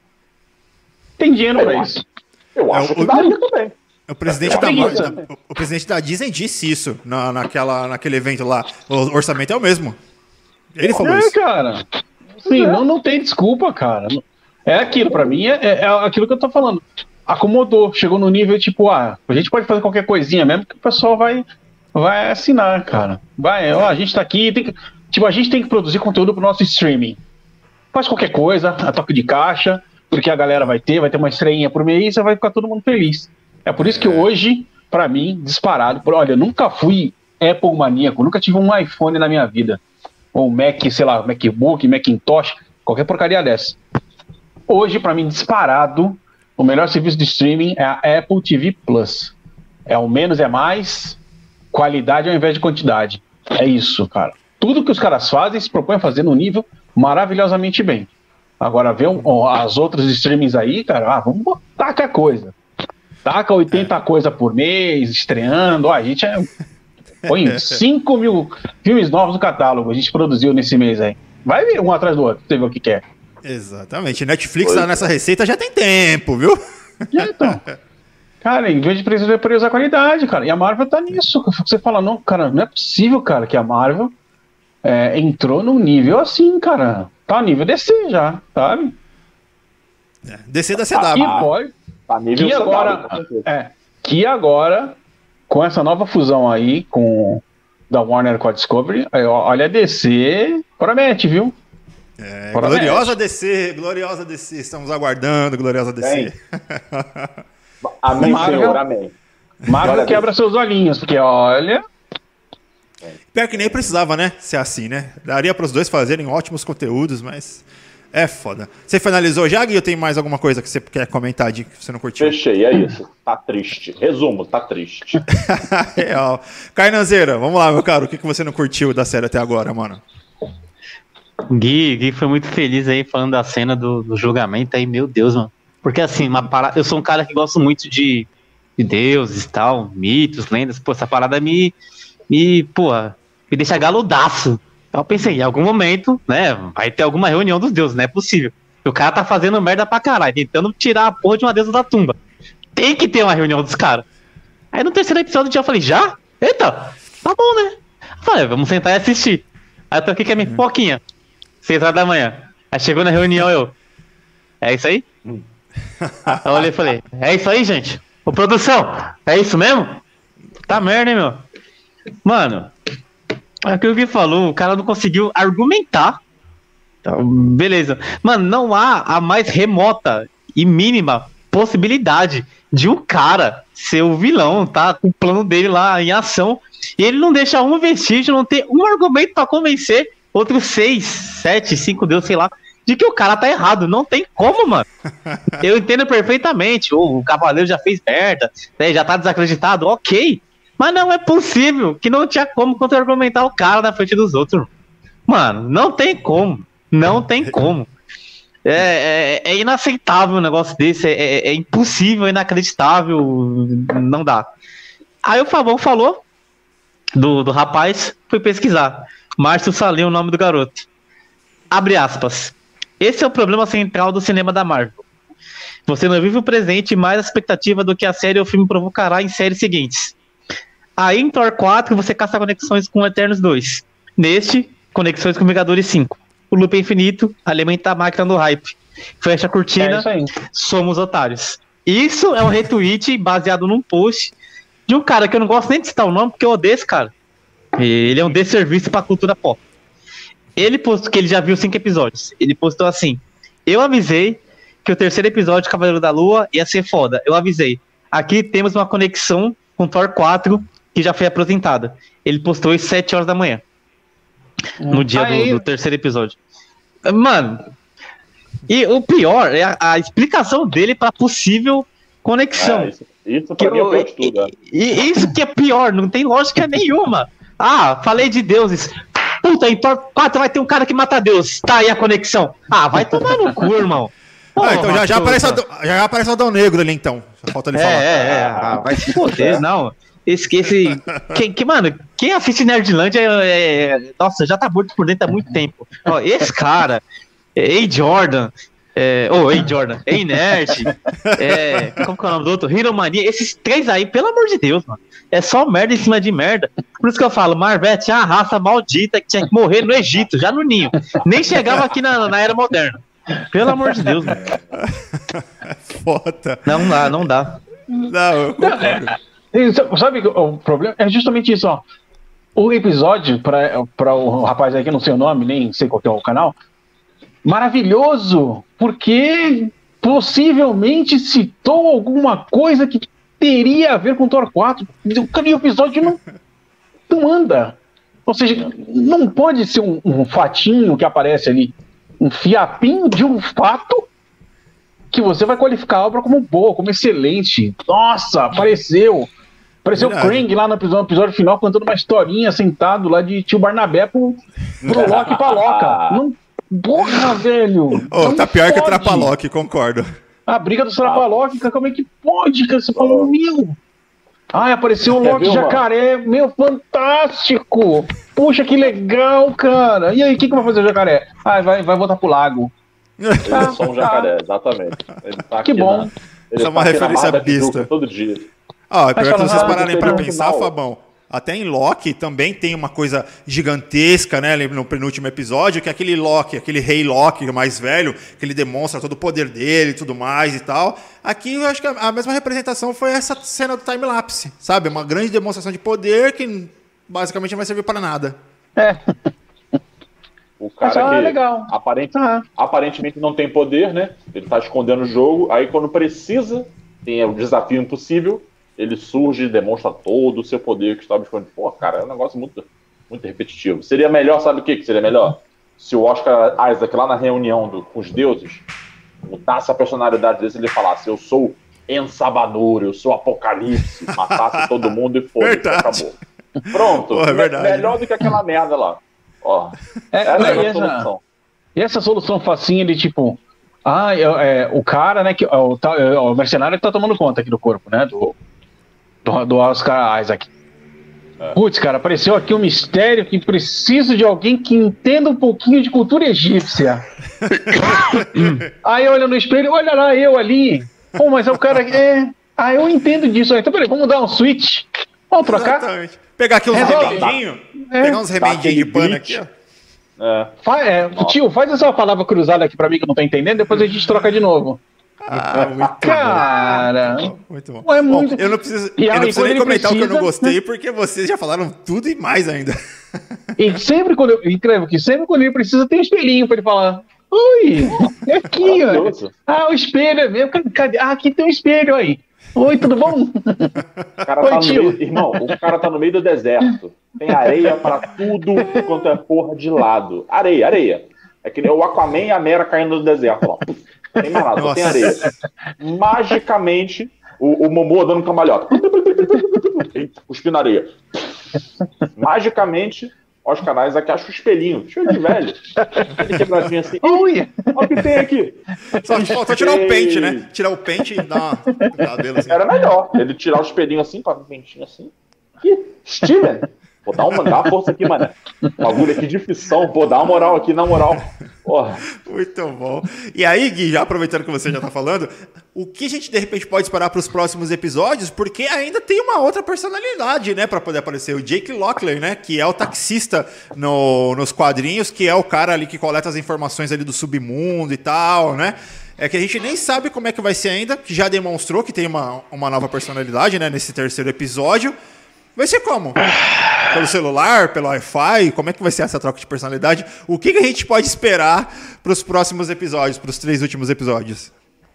Tem dinheiro pra isso. Eu acho que daria também. O presidente da Disney disse isso naquele evento lá. O orçamento é o mesmo. Ele falou isso. Cara. Sim, não tem desculpa, cara. É aquilo, pra mim, é aquilo que eu tô falando. Acomodou, chegou no nível tipo, a gente pode fazer qualquer coisinha mesmo que o pessoal vai assinar, cara. A gente tá aqui, a gente tem que produzir conteúdo pro nosso streaming. Faz qualquer coisa, a toque de caixa, porque a galera vai ter uma estrelinha por mês e vai ficar todo mundo feliz. É por isso que hoje, pra mim, disparado, olha, eu nunca fui Apple maníaco, nunca tive um iPhone na minha vida. Ou Mac, sei lá, MacBook, Macintosh, qualquer porcaria dessa. Hoje, pra mim, disparado, o melhor serviço de streaming é a Apple TV Plus. É o menos é mais, qualidade ao invés de quantidade. É isso, cara. Tudo que os caras fazem se propõem a fazer no nível maravilhosamente bem. Agora, ver as outras streamings aí, cara, vamos botar a coisa. Taca 80 coisa por mês, estreando. A gente põe 5 mil filmes novos no catálogo. A gente produziu nesse mês aí. Vai ver um atrás do outro, pra você ver o que quer. Exatamente. Netflix tá nessa receita já tem tempo, viu? Então. Cara, em vez de priorizar a qualidade, cara. E a Marvel tá nisso. Você fala, não, cara, não é possível, cara, que a Marvel entrou num nível assim, cara. Tá nível DC já, sabe? DC da CW. Tá nível que agora, que agora, com essa nova fusão aí da Warner com a Discovery, olha, a DC promete, viu? Gloriosa DC, estamos aguardando, gloriosa DC. Amém, Senhor, amém. Marvel quebra seus olhinhos, porque olha... Pior que nem precisava, né, ser assim, né? Daria para os dois fazerem ótimos conteúdos, mas é foda. Você finalizou já, Gui, ou tem mais alguma coisa que você quer comentar de que você não curtiu? Fechei, é isso. Tá triste. Resumo, tá triste. Real. Carnanzeira, vamos lá, meu caro. O que você não curtiu da série até agora, mano? Gui foi muito feliz aí falando da cena do julgamento aí, meu Deus, mano. Porque assim, eu sou um cara que gosto muito de deuses e tal, mitos, lendas. Pô, essa parada me deixa galudaço. Eu pensei, em algum momento, né, vai ter alguma reunião dos deuses, não é possível. O cara tá fazendo merda pra caralho, tentando tirar a porra de uma deusa da tumba. Tem que ter uma reunião dos caras. Aí no terceiro episódio eu falei, já? Eita, tá bom, né? Eu falei, vamos sentar e assistir. Aí eu tô aqui com a minha pipoquinha, 6 horas da manhã. Aí chegou na reunião, é isso aí? Aí eu olhei e falei, é isso aí, gente? Ô, produção, é isso mesmo? Tá merda, hein, meu? Mano, é o que o Gui falou, o cara não conseguiu argumentar. Então, beleza. Mano, não há a mais remota e mínima possibilidade de um cara ser o vilão, tá? Com o plano dele lá em ação. E ele não deixa um vestígio, não ter um argumento pra convencer outros 6, 7, 5 deuses, sei lá, de que o cara tá errado. Não tem como, mano. Eu entendo perfeitamente. O cavaleiro já fez merda, né? Já tá desacreditado, ok. Mas não é possível que não tinha como contra-argumentar o cara na frente dos outros. Mano, não tem como. Não tem como. É inaceitável um negócio desse. É impossível, é inacreditável. Não dá. Aí o Fabão falou do rapaz, fui pesquisar. Márcio Salim, o nome do garoto. Abre aspas. Esse é o problema central do cinema da Marvel. Você não vive o presente e mais a expectativa do que a série ou o filme provocará em séries seguintes. Aí em Thor 4 você caça conexões com Eternos 2. Neste, conexões com Vingadores 5. O loop é infinito, alimenta a máquina do hype. Fecha a cortina, somos otários. Isso é um retweet baseado num post de um cara que eu não gosto nem de citar o nome, porque eu odeio esse cara. Ele é um desserviço pra cultura pop. Ele postou que ele já viu 5 episódios. Ele postou assim: eu avisei que o terceiro episódio de Cavaleiro da Lua ia ser foda. Eu avisei. Aqui temos uma conexão com Thor 4 que já foi apresentada. Ele postou às 7 horas da manhã. No dia do terceiro episódio. Mano, e o pior é a explicação dele pra possível conexão. Isso pra mim é o pior de tudo. E isso que é pior, não tem lógica nenhuma. Ah, falei de deuses. Puta, em Thor 4 vai ter um cara que mata Deus. Tá aí a conexão. Ah, vai tomar no cu, irmão. Porra, então já aparece o Adão Negro ali, então. Só falta ele falar. Vai se foder, não. Esquece. Mano, quem assiste Nerdlandia nossa, já tá morto por dentro há muito tempo. Ó, esse cara, Jordan, Nerd, como que é o nome do outro? Hero Mania, esses 3 aí, pelo amor de Deus, mano. É só merda em cima de merda. Por isso que eu falo, Marvete é a raça maldita que tinha que morrer no Egito, já no ninho. Nem chegava aqui na Era Moderna. Pelo amor de Deus, mano. Foda. Não dá. Não, eu concordo. Sabe o problema? É justamente isso, ó. O episódio, para o rapaz aí que não sei o nome, nem sei qual que é o canal, maravilhoso, porque possivelmente citou alguma coisa que teria a ver com Thor 4. O episódio não anda. Ou seja, não pode ser um fatinho que aparece ali, um fiapinho de um fato que você vai qualificar a obra como boa, como excelente. Nossa, apareceu o Krang lá no episódio final contando uma historinha sentado lá de tio Barnabé pro Loki e pra Loca. Porra, velho! Ô, tá pior que pode. Trapalock, concordo. A briga do Trapalock, cara, como é que pode, cara? Você falou, meu... Ai, apareceu o Loki Jacaré, meu, fantástico! Puxa, que legal, cara! E aí, o que vai fazer o jacaré? Ah, vai voltar pro lago. Ele é só um jacaré, exatamente. Ele tá Que aqui bom. Isso é uma referência besta. Todo dia. Ó, pior que se vocês pararem pra no pensar, final. Fabão, até em Loki também tem uma coisa gigantesca, né, no penúltimo episódio, que é aquele Loki, aquele rei Loki mais velho, que ele demonstra todo o poder dele e tudo mais e tal. Aqui eu acho que a mesma representação foi essa cena do time-lapse, sabe? Uma grande demonstração de poder que basicamente não vai servir para nada. O cara que legal. aparentemente não tem poder, né? Ele tá escondendo o jogo, aí quando precisa, tem o desafio impossível, ele surge e demonstra todo o seu poder que estava escondido. Pô, cara, é um negócio muito, muito repetitivo. Seria melhor, sabe o que seria melhor? Se o Oscar Isaac, lá na reunião com os deuses, mudasse a personalidade dele e ele falasse: eu sou Ensabanur, eu sou Apocalipse, matasse todo mundo e foda-se, acabou. Pronto, Porra, é verdade. Melhor do que aquela merda lá. Ó, essa é a solução. E essa solução facinha de tipo... o cara, né, o mercenário que tá tomando conta aqui do corpo, né, do Oscar Isaac. Putz, cara, apareceu aqui um mistério que preciso de alguém que entenda um pouquinho de cultura egípcia. Aí olha no espelho, olha lá, eu ali. Pô, mas é o cara... eu entendo disso. Então, peraí, vamos dar um switch. Vamos trocar? Exatamente. Pegar aqui uns remendinhos, pegar uns remendinhos de pano aqui, ó. Tio, faz essa palavra cruzada aqui pra mim que eu não tô entendendo, depois a gente troca de novo. Muito cara, bom. Muito bom. É muito... Bom, eu não preciso nem comentar o que eu não gostei, porque vocês já falaram tudo e mais ainda. E sempre quando eu escrevo que sempre quando ele precisa tem um espelhinho pra ele falar: oi, é aqui, ó. O espelho é mesmo. Cadê? Aqui tem um espelho aí. Oi, tudo bom? O cara tá no meio, irmão, o cara tá no meio do deserto. Tem areia pra tudo quanto é porra de lado. Areia. É que nem o Aquaman e a Mera caindo no deserto, ó. Tem mais nada, só tem areia. Magicamente, o Momoa dando cambalhota. Cuspindo na areia. Magicamente, Oscar Isaac acha o espelhinho de velho. Ele quebradinho assim. Olha o que tem aqui. Só faltou tirar o pente, né? Tirar o pente e dar uma dele assim. Era melhor ele tirar o espelhinho assim, com a pentinha assim. Ih, Steven! Pô, dá uma força aqui, mano. Bagulho aqui de ficção, pô, dá uma moral aqui, na moral. Porra. Muito bom. E aí, Gui, já aproveitando que você já tá falando, o que a gente de repente pode esperar para os próximos episódios? Porque ainda tem uma outra personalidade, né, para poder aparecer. O Jake Locklear, né, que é o taxista nos quadrinhos, que é o cara ali que coleta as informações ali do submundo e tal, né? É que a gente nem sabe como é que vai ser ainda, que já demonstrou que tem uma nova personalidade, né, nesse terceiro episódio. Vai ser como? Pelo celular, pelo Wi-Fi? Como é que vai ser essa troca de personalidade? O que a gente pode esperar para os próximos episódios, para os 3 últimos episódios?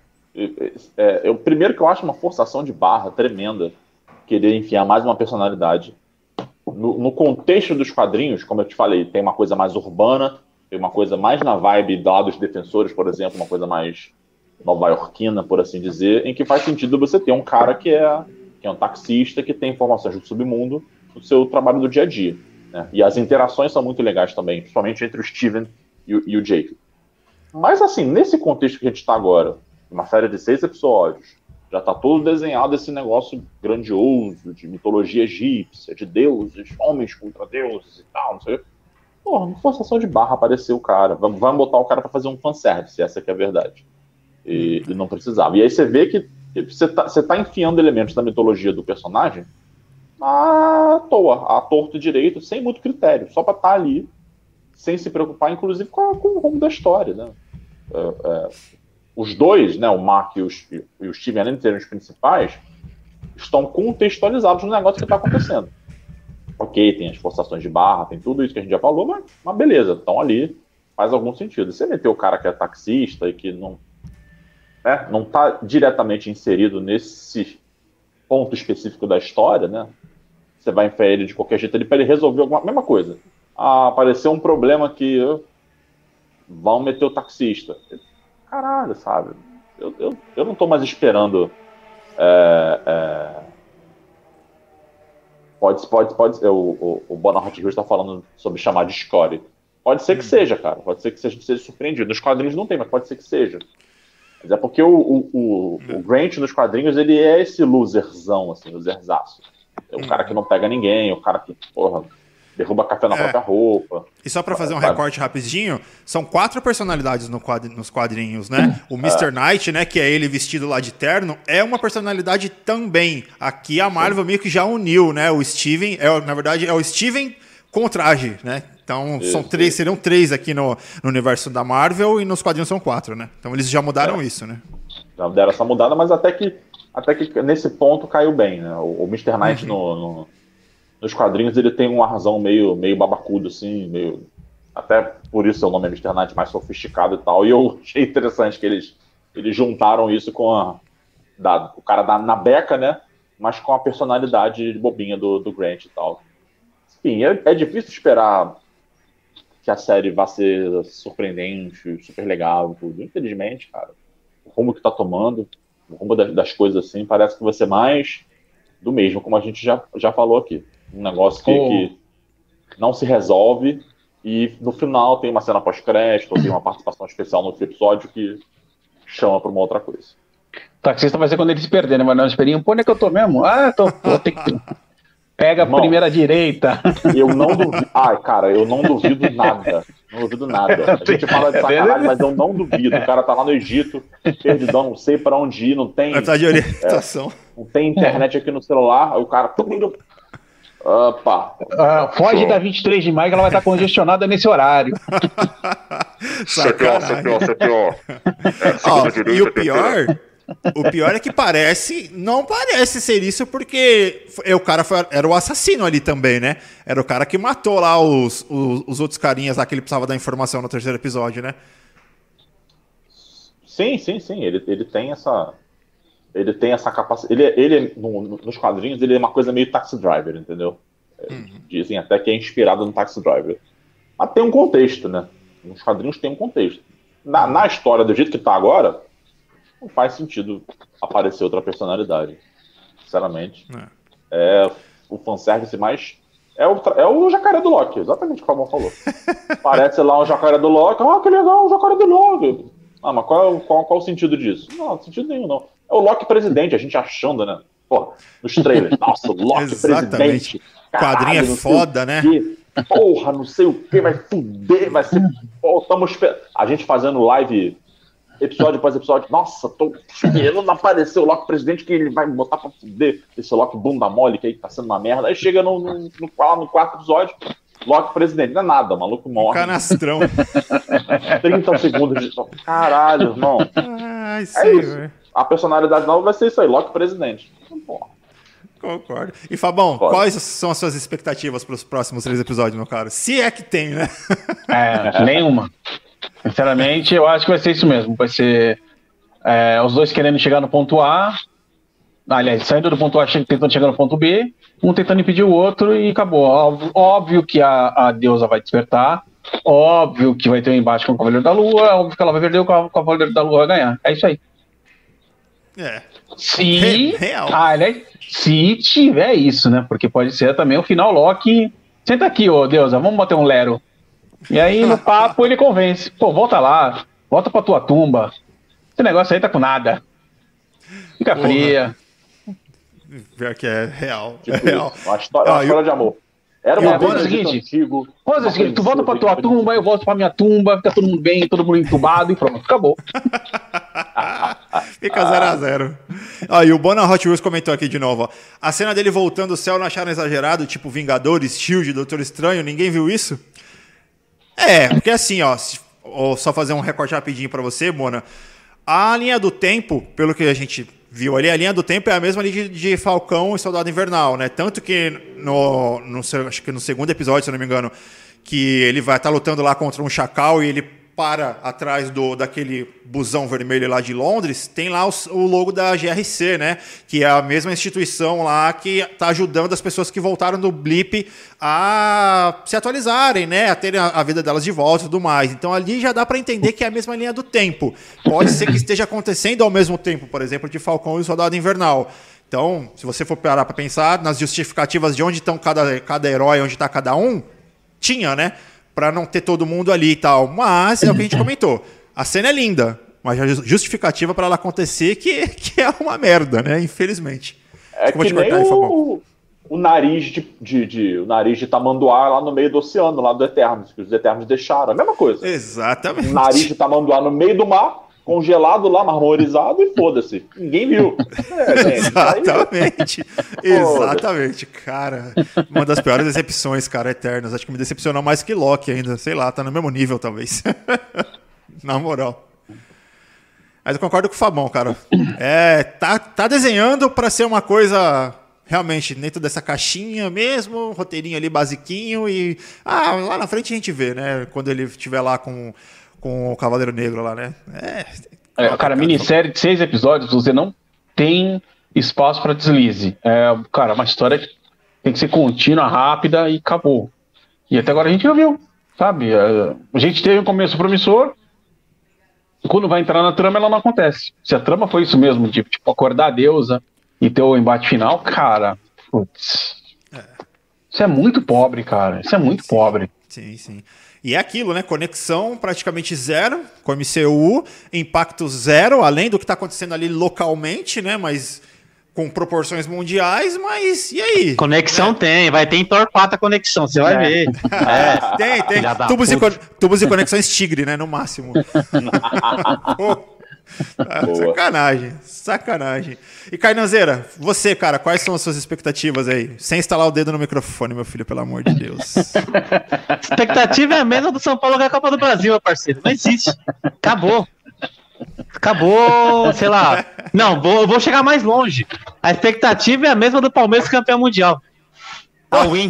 Primeiro que eu acho uma forçação de barra tremenda querer enfiar mais uma personalidade. No contexto dos quadrinhos, como eu te falei, tem uma coisa mais urbana, tem uma coisa mais na vibe lá dos Defensores, por exemplo, uma coisa mais nova-iorquina, por assim dizer, em que faz sentido você ter um cara que é um taxista, que tem informações do submundo no seu trabalho do dia a dia, né? E as interações são muito legais também, principalmente entre o Steven e o Jake. Mas assim, nesse contexto que a gente está agora, uma série de 6 episódios, já está todo desenhado esse negócio grandioso de mitologia egípcia, de deuses, homens contra deuses e tal, não sei o quê. Porra, uma forçação de barra apareceu o cara. Vamos botar o cara para fazer um fanservice, essa que é a verdade. E não precisava. E aí você vê que você tá enfiando elementos da mitologia do personagem à toa, à torto e direito, sem muito critério, só para estar ali, sem se preocupar, inclusive, com o rumo da história, né? Os dois, né, o Mark e o Steven, além de serem os principais, estão contextualizados no negócio que está acontecendo. Ok, tem as forçações de barra, tem tudo isso que a gente já falou, mas beleza, estão ali, faz algum sentido. Você meter o cara que é taxista e que não está diretamente inserido nesse ponto específico da história, né? Você vai enfiar ele de qualquer jeito ali para ele resolver alguma mesma coisa. Apareceu um problema que vão meter o taxista. Caralho, sabe? Eu não estou mais esperando. Pode. O Bonahot Hill está falando sobre chamar de score. Pode ser que seja, cara. Pode ser que seja surpreendido. Nos quadrinhos não tem, mas pode ser que seja. Mas é porque o Grant nos quadrinhos, ele é esse loserzão, assim, loserzaço. É o cara que não pega ninguém, o cara que, porra, derruba café na própria roupa. E só pra fazer um recorte rapidinho, são 4 personalidades nos quadrinhos, né? O Mr. Knight, né, que é ele vestido lá de terno, é uma personalidade também. Aqui a Marvel meio que já uniu, né? O Steven, na verdade, é o Steven com traje, né? Então seriam 3 aqui no universo da Marvel e nos quadrinhos são 4, né? Então eles já mudaram isso, né? Já deram essa mudada, mas até que nesse ponto caiu bem, né? O Mr. Knight nos quadrinhos ele tem uma razão meio babacudo, assim, meio... Até por isso o nome é Mr. Knight, mais sofisticado e tal. E eu achei interessante que eles juntaram isso com o cara na beca, né? Mas com a personalidade bobinha do Grant e tal. Enfim, é difícil esperar que a série vá ser surpreendente, super legal e tudo. Infelizmente, cara, o rumo que tá tomando, o rumo das coisas assim, parece que vai ser mais do mesmo, como a gente já falou aqui. Um negócio que não se resolve e no final tem uma cena pós-crédito, ou tem uma participação especial no outro episódio que chama pra uma outra coisa. O taxista vai ser quando ele se perder, né? Mas não esperinho. Pô, onde é que eu tô mesmo? Vou ter que... Pega a primeira direita. Eu não duvido. Ai, cara, eu não duvido nada. Não duvido nada. A gente fala de sacanagem, mas eu não duvido. O cara tá lá no Egito, perdidão, não sei pra onde ir, não tem. Vai estar de orientação. Não tem internet aqui no celular, aí o cara. Opa! Foge da 23 de maio que ela vai estar congestionada nesse horário. CPO. E o pior é que não parece ser isso, porque o cara era o assassino ali também, né? Era o cara que matou lá os outros carinhas lá que ele precisava dar informação no 3º episódio, né? Sim. Ele tem essa. Ele tem essa capacidade. Ele nos quadrinhos, ele é uma coisa meio Taxi Driver, entendeu? Dizem até que é inspirado no Taxi Driver. Mas tem um contexto, né? Nos quadrinhos tem um contexto. Na história, do jeito que tá agora, não faz sentido aparecer outra personalidade. Sinceramente. É o fanservice mais. É o jacaré do Loki, exatamente como o Fabão falou. Parece lá um jacaré do Loki. Ah, que legal, um jacaré do Loki. Ah, mas qual o sentido disso? Não sentido nenhum, não. É o Loki presidente, a gente achando, né? Porra, nos trailers. Nossa, o Loki presidente. Caralho, quadrinho é foda, né? Porra, não sei o que, vai fuder, vai ser. Pô, estamos a gente fazendo live episódio após episódio. Nossa, tô esperando aparecer o Loki presidente que ele vai botar pra fuder esse Loki bunda mole que aí tá sendo uma merda. Aí chega no 4º episódio, Loki presidente. Não é nada, o maluco morre. Canastrão. 30 segundos de. Caralho, irmão. Isso. A personalidade nova vai ser isso aí, Loki presidente. Porra. Concordo. E Fabão, quais são as suas expectativas para os próximos 3 episódios, meu cara? Se é que tem, né? Nenhuma. Sinceramente, eu acho que vai ser isso mesmo. Vai ser os dois querendo chegar no ponto A. Aliás, saindo do ponto A, tentando chegar no ponto B. Um tentando impedir o outro e acabou. Óbvio que a deusa vai despertar. Óbvio que vai ter um embate com o Cavaleiro da Lua. Óbvio que ela vai perder, o Cavaleiro da Lua vai ganhar. É isso aí. Se tiver isso, né? Porque pode ser também o final Loki. Senta aqui, ô deusa, vamos bater um lero. E aí no papo ele convence. Pô, volta lá, volta pra tua tumba. Esse negócio aí tá com nada. Fica fria. Pior que é real. Tipo, uma história de amor. Era uma coisa antigo. Coisa seguinte, tu volta pra tua tumba, eu volto pra minha tumba, fica todo mundo bem, todo mundo entubado e pronto, acabou. Fica 0-0. E o Bona Hot Wheels comentou aqui de novo, ó. A cena dele voltando o céu não acharam exagerado, tipo Vingadores, Shield, Doutor Estranho, ninguém viu isso? Porque assim, só fazer um recorte rapidinho pra você, Bona. A linha do tempo, pelo que a gente viu ali, a linha do tempo é a mesma ali de Falcão e Soldado Invernal, né? Tanto que acho que no 2º episódio, se eu não me engano, que ele vai estar lutando lá contra um chacal e ele para atrás daquele busão vermelho lá de Londres, tem lá o logo da GRC, né? Que é a mesma instituição lá que está ajudando as pessoas que voltaram do blip a se atualizarem, né? A terem a vida delas de volta e tudo mais. Então ali já dá para entender que é a mesma linha do tempo. Pode ser que esteja acontecendo ao mesmo tempo, por exemplo, de Falcão e o Soldado Invernal. Então, se você for parar para pensar nas justificativas de onde estão cada herói, onde está cada um, tinha, né? pra não ter todo mundo ali e tal. Mas é o que a gente comentou. A cena é linda, mas a justificativa pra ela acontecer que é uma merda, né? Infelizmente. É que nem o nariz o nariz de tamanduá lá no meio do oceano, lá do Eternos, que os Eternos deixaram. A mesma coisa. Exatamente. O nariz de tamanduá no meio do mar, congelado lá, marmorizado, e foda-se. Ninguém viu. Exatamente. Exatamente, cara. Uma das piores decepções, cara, Eternos. Acho que me decepcionou mais que Loki ainda. Sei lá, tá no mesmo nível, talvez. Na moral. Mas eu concordo com o Fabão, cara. Tá desenhando pra ser uma coisa realmente dentro dessa caixinha mesmo, roteirinho ali basiquinho e... lá na frente a gente vê, né? Quando ele estiver lá com o Cavaleiro Negro lá, né? Cara, minissérie de 6 episódios, você não tem espaço pra deslize. Cara, uma história que tem que ser contínua, rápida e acabou. E até agora a gente não viu, sabe? A gente teve um começo promissor, quando vai entrar na trama, ela não acontece. Se a trama foi isso mesmo, tipo acordar a deusa e ter o embate final, cara, putz. Isso é muito pobre, cara. Isso é muito pobre. Sim, sim. E é aquilo, né? Conexão praticamente zero com o MCU, impacto zero, além do que está acontecendo ali localmente, né? Mas com proporções mundiais, mas e aí? Conexão tem, vai ter em Thor 4 a conexão, você vai ver. Tem. Tubos e conexões tigre, né? No máximo. Sacanagem. E Carnanzeira, você, cara, quais são as suas expectativas aí? Sem instalar o dedo no microfone, meu filho, pelo amor de Deus. Expectativa é a mesma do São Paulo ganhar a Copa do Brasil, meu parceiro. Não existe. Acabou, sei lá. Não, vou chegar mais longe. A expectativa é a mesma do Palmeiras campeão mundial. All win.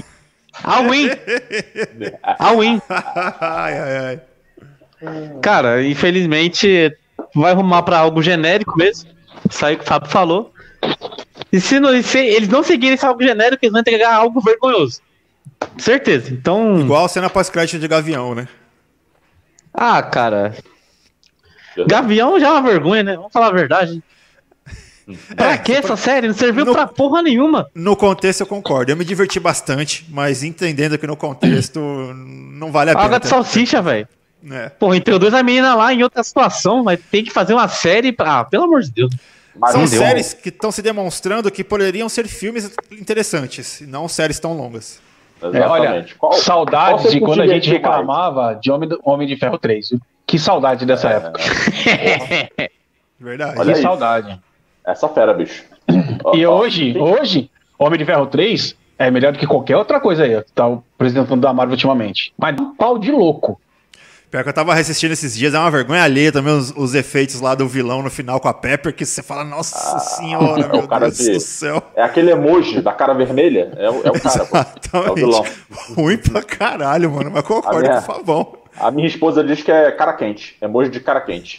Ai. Cara, infelizmente vai arrumar pra algo genérico mesmo. Isso aí que o Fábio falou. E se eles não seguirem esse algo genérico, eles vão entregar algo vergonhoso. Certeza. Então. Igual a cena pós-crédito de Gavião, né? Cara. Gavião já é uma vergonha, né? Vamos falar a verdade. Pra que essa série? Não serviu pra porra nenhuma. No contexto eu concordo. Eu me diverti bastante, mas entendendo que no contexto não vale a pena. Água de salsicha, velho. Porra, introduz a menina lá em outra situação, mas tem que fazer uma série pelo amor de Deus. Mas são séries que estão se demonstrando que poderiam ser filmes interessantes, e não séries tão longas. Olha, saudade de quando a gente reclamava de Homem de Ferro 3. Viu? Que saudade dessa época. Verdade. Olha que saudade. Essa fera, bicho. E hoje, Homem de Ferro 3 é melhor do que qualquer outra coisa aí, que tá apresentando da Marvel ultimamente. Mas um pau de louco. Pior que eu tava assistindo esses dias, é uma vergonha alheia também os efeitos lá do vilão no final com a Pepper, que você fala, nossa senhora, meu Deus do céu. É aquele emoji da cara vermelha, é o cara, pô. É o vilão. Ruim pra caralho, mano, mas concordo com o Fabão. A minha esposa diz que é cara quente, emoji de cara quente.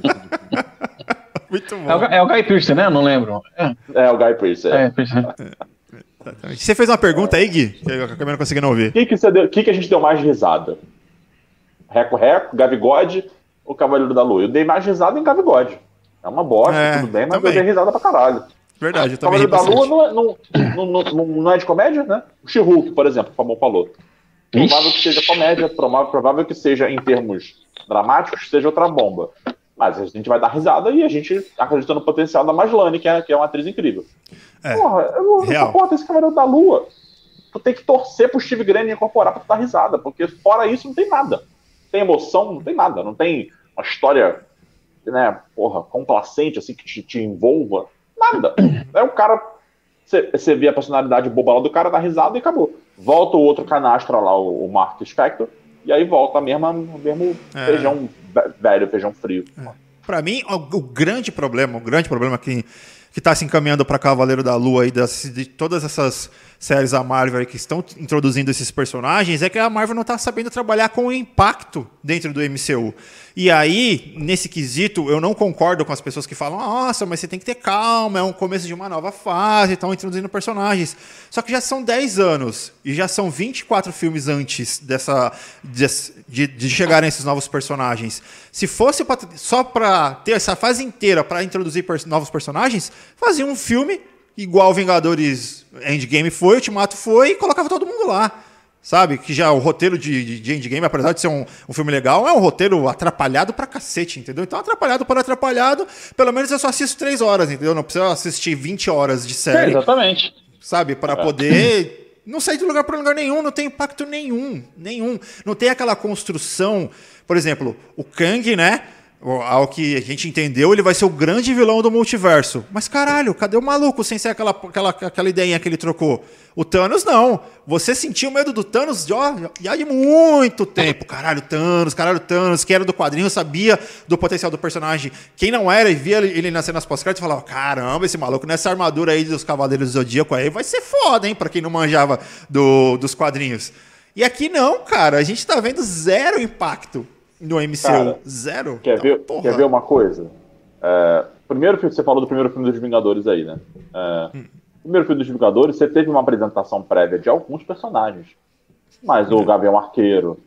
Muito bom. É o Guy Pearce, né? Eu não lembro. É o Guy Pearce. Você fez uma pergunta aí, Gui, que eu acabei não conseguindo ouvir. O que a gente deu mais de risada? Reco, Gavigode ou Cavaleiro da Lua? Eu dei mais risada em Gavigode. É uma bosta, tudo bem, mas também. Eu dei risada pra caralho. Verdade, eu também. Cavaleiro da Lua não é de comédia, né? O She-Hulk, por exemplo, como falou. Provável que seja comédia, provável que seja em termos dramáticos, seja outra bomba. Mas a gente vai dar risada e a gente acredita no potencial da Maslany, que é uma atriz incrível. Porra, eu não suporto esse Cavaleiro da Lua. Tu tem que torcer pro Steve Grannon incorporar pra tu dar risada, porque fora isso não tem nada. Tem emoção, não tem nada. Não tem uma história, né, complacente, assim, que te envolva. Nada. É o cara... Você vê a personalidade boba lá do cara, dá risada e acabou. Volta o outro canastra lá, o Mark Spector, e aí volta o mesmo feijão velho, feijão frio. Pra mim, o grande problema que tá se encaminhando para Cavaleiro da Lua aí, de todas essas séries da Marvel que estão introduzindo esses personagens, é que a Marvel não tá sabendo trabalhar com o impacto dentro do MCU. E aí, nesse quesito, eu não concordo com as pessoas que falam, nossa, mas você tem que ter calma, é um começo de uma nova fase, estão introduzindo personagens. Só que já são 10 anos e já são 24 filmes antes de chegarem esses novos personagens. Se fosse só para ter essa fase inteira para introduzir novos personagens, fazia um filme igual Vingadores Endgame foi, Ultimato foi, e colocava todo mundo lá. Sabe? Que já o roteiro de Endgame, apesar de ser um filme legal, é um roteiro atrapalhado pra cacete, entendeu? Então, atrapalhado por atrapalhado, pelo menos eu só assisto 3 horas, entendeu? Não precisa assistir 20 horas de série. Exatamente. Sabe? Para poder não sair de lugar para lugar nenhum, não tem impacto nenhum. Não tem aquela construção. Por exemplo, o Kang, né? Ao que a gente entendeu, ele vai ser o grande vilão do multiverso. Mas caralho, cadê o maluco sem ser aquela ideinha que ele trocou? O Thanos não. Você sentiu medo do Thanos já de muito tempo. Caralho, Thanos, quem era do quadrinho sabia do potencial do personagem. Quem não era e via ele nas cenas pós-créditos falava, caramba, esse maluco nessa armadura aí dos Cavaleiros do Zodíaco aí vai ser foda, hein? Pra quem não manjava dos quadrinhos. E aqui não, cara. A gente tá vendo zero impacto no MCU. Cara, zero. Quer ver uma coisa? Primeiro, você falou do primeiro filme dos Vingadores aí, né? Primeiro filme dos Vingadores, você teve uma apresentação prévia de alguns personagens. Mas o Gavião Arqueiro,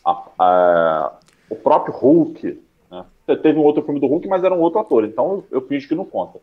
o próprio Hulk, né? Você teve um outro filme do Hulk, mas era um outro ator. Então eu finjo que não conta.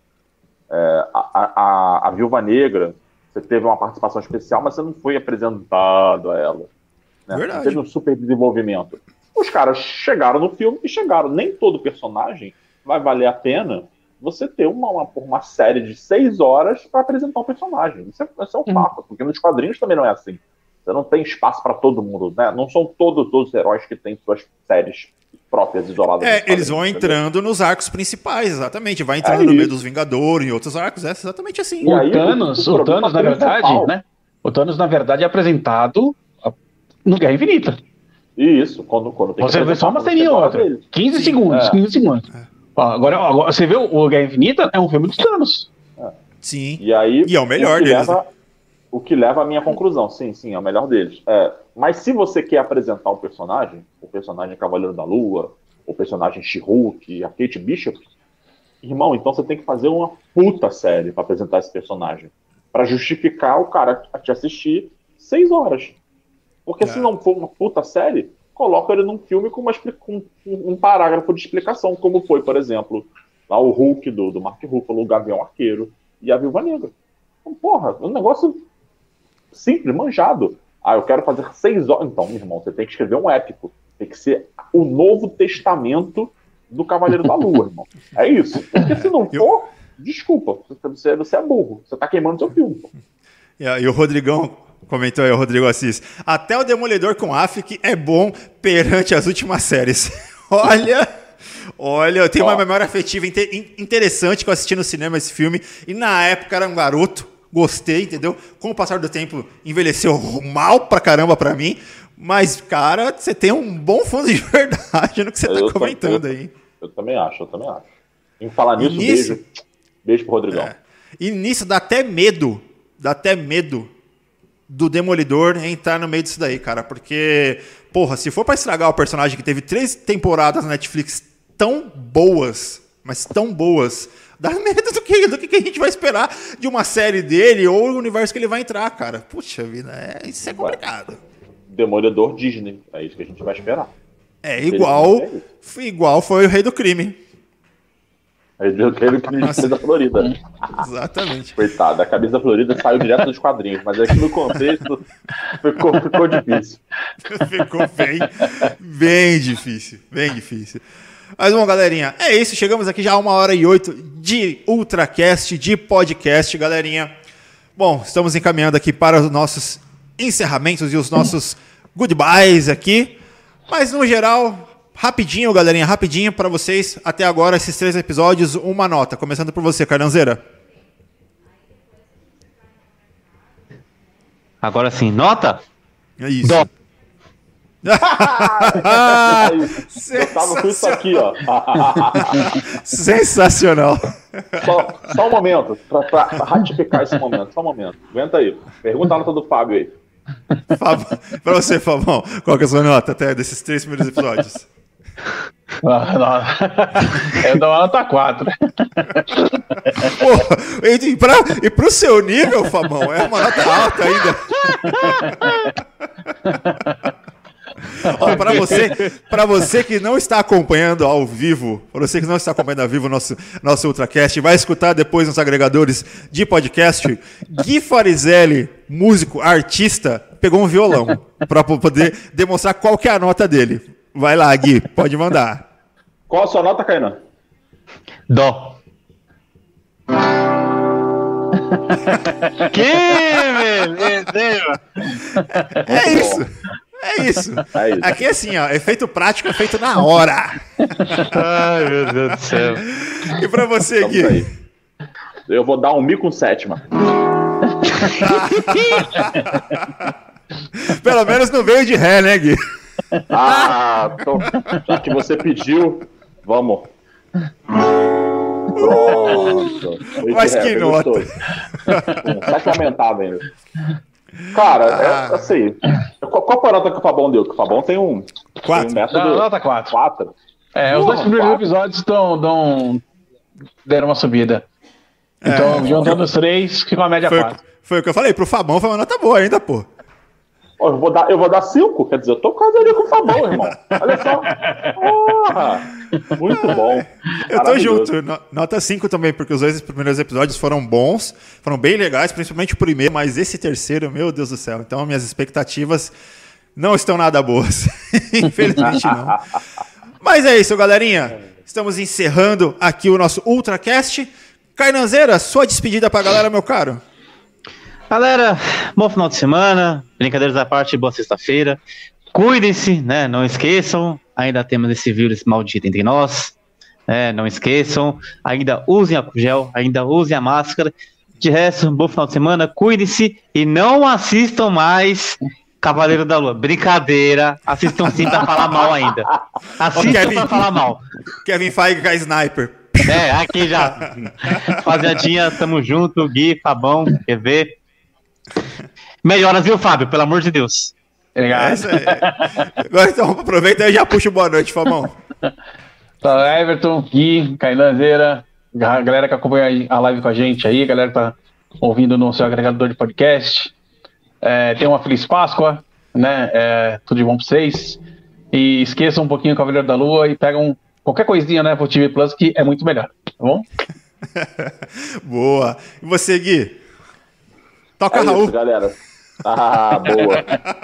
A Viúva Negra, você teve uma participação especial, mas você não foi apresentado a ela. Né? Verdade. Você teve um super desenvolvimento. Os caras chegaram no filme e chegaram. Nem todo personagem vai valer a pena você ter uma série de 6 horas para apresentar um personagem. Isso é um fato, porque nos quadrinhos também não é assim. Você não tem espaço para todo mundo, né? Não são todos os heróis que têm suas séries próprias, isoladas. Eles vão entrando nos arcos principais, exatamente. Vai entrando no meio dos Vingadores, em outros arcos, é exatamente assim. O Thanos, na verdade, né? O Thanos, na verdade, é apresentado no Guerra Infinita. Isso, quando tem você vê só uma cena e outra. 15 segundos. Agora, você vê o Guerra Infinita, é um filme dos Thanos. Sim. E é o melhor deles. O que leva à minha conclusão. Sim, é o melhor deles. Mas se você quer apresentar o personagem Cavaleiro da Lua, o personagem She-Hulk, a Kate Bishop, irmão, então você tem que fazer uma puta série pra apresentar esse personagem. Pra justificar o cara a te assistir 6 horas. Porque se não for uma puta série, coloca ele num filme com um parágrafo de explicação, como foi, por exemplo, lá o Hulk do Mark Ruffalo, o Gavião Arqueiro e a Viúva Negra. Então, porra, um negócio simples, manjado. Eu quero fazer 6 horas. Então, meu irmão, você tem que escrever um épico. Tem que ser o Novo Testamento do Cavaleiro da Lua, irmão. É isso. Porque se não for, desculpa, você é burro. Você tá queimando seu filme. E o Rodrigão comentou aí, o Rodrigo Assis. Até o Demolidor com Affleck é bom perante as últimas séries. Olha, eu tenho uma memória afetiva interessante que eu assisti no cinema esse filme. E na época era um garoto. Gostei, entendeu? Com o passar do tempo, envelheceu mal pra caramba pra mim. Mas, cara, você tem um bom fundo de verdade no que você tá comentando aí. Eu também acho. Em falar nisso, beijo pro Rodrigão. E nisso dá até medo do Demolidor entrar no meio disso daí, cara. Porque, porra, se for pra estragar o personagem que teve 3 temporadas na Netflix tão boas, mas tão boas, dá medo do que a gente vai esperar de uma série dele ou o universo que ele vai entrar, cara. Puxa vida, isso é complicado. Demolidor Disney, é isso que a gente vai esperar. Igual foi o Rei do Crime. Aquele camisa florida. Exatamente. Coitado, a camisa florida saiu direto dos quadrinhos, mas aqui no contexto ficou difícil. Ficou bem difícil. Mas bom, galerinha, é isso. Chegamos aqui já a 1h08 de Ultracast, de podcast, galerinha. Bom, estamos encaminhando aqui para os nossos encerramentos e os nossos goodbyes aqui. Mas, no geral, rapidinho, galerinha, rapidinho para vocês. Até agora, esses 3 episódios, uma nota. Começando por você, Carnanzeira. Agora sim, nota? É isso. Eu tava com isso aqui, ó. Sensacional. Só um momento, pra ratificar esse momento. Só um momento. Aguenta aí. Pergunta a nota do Fábio aí. Pra você, Fabão, qual que é a sua nota até desses 3 primeiros episódios? Eu dou uma nota 4. Pô, e pro seu nível, Fabão, é uma nota alta ainda. Ó, para você que não está acompanhando ao vivo, nosso Ultracast, vai escutar depois nos agregadores de podcast, Gui Farizelli, músico, artista, pegou um violão para poder demonstrar qual que é a nota dele. Vai lá, Gui, pode mandar. Qual a sua nota, Kainan? Dó. Que beleza! É isso. Aqui é assim, ó, efeito prático é feito na hora. Ai, meu Deus do céu. E pra você, Gui? Aí. Eu vou dar um Mi com sétima. Pelo menos não veio de ré, né, Gui? Já que você pediu, vamos. Pronto. Mas que nota. Sétima aumentada ainda. Cara, assim. Qual foi a nota que o Fabão deu? Que o Fabão tem um. 4. Nota 4. 4. Os dois primeiros episódios deram uma subida. Então, juntando os 3, fica uma média 4. Foi o que eu falei, pro Fabão foi uma nota boa ainda, pô. Eu vou dar 5, quer dizer, eu tô quase ali com o Fabão, irmão. Olha só. Porra, muito bom. Eu tô junto. Nota 5 também, porque os 2 primeiros episódios foram bons, foram bem legais, principalmente o primeiro, mas esse terceiro, meu Deus do céu. Então, minhas expectativas não estão nada boas. Infelizmente, não. Mas é isso, galerinha. Estamos encerrando aqui o nosso Ultracast. Kainanzeira, sua despedida pra galera, meu caro. Galera, bom final de semana, brincadeiras à parte, boa sexta-feira. Cuidem-se, né? Não esqueçam, ainda temos esse vírus maldito entre nós. Não esqueçam, ainda usem álcool gel, ainda usem a máscara. De resto, bom final de semana, cuidem-se e não assistam mais Cavaleiro da Lua. Brincadeira, assistam sim pra falar mal ainda. Assistam pra falar mal. Kevin Feige com a Sniper. Aqui já. Rapaziadinha, tamo junto, Gui, Fabão, quer ver? Melhoras, viu, Fábio? Pelo amor de Deus. Obrigado. Agora então, aproveita e já puxa o boa noite, Fabão. Então, Everton, Gui, Kainanzeira, a galera que acompanha a live com a gente aí, a galera que tá ouvindo no seu agregador de podcast. Tenham uma feliz Páscoa, né? Tudo de bom pra vocês. E esqueçam um pouquinho o Cavaleiro da Lua e pegam qualquer coisinha, né, pro TV Plus, que é muito melhor, tá bom? Boa. E você, Gui? Toca, Raul. Isso, galera. Boa.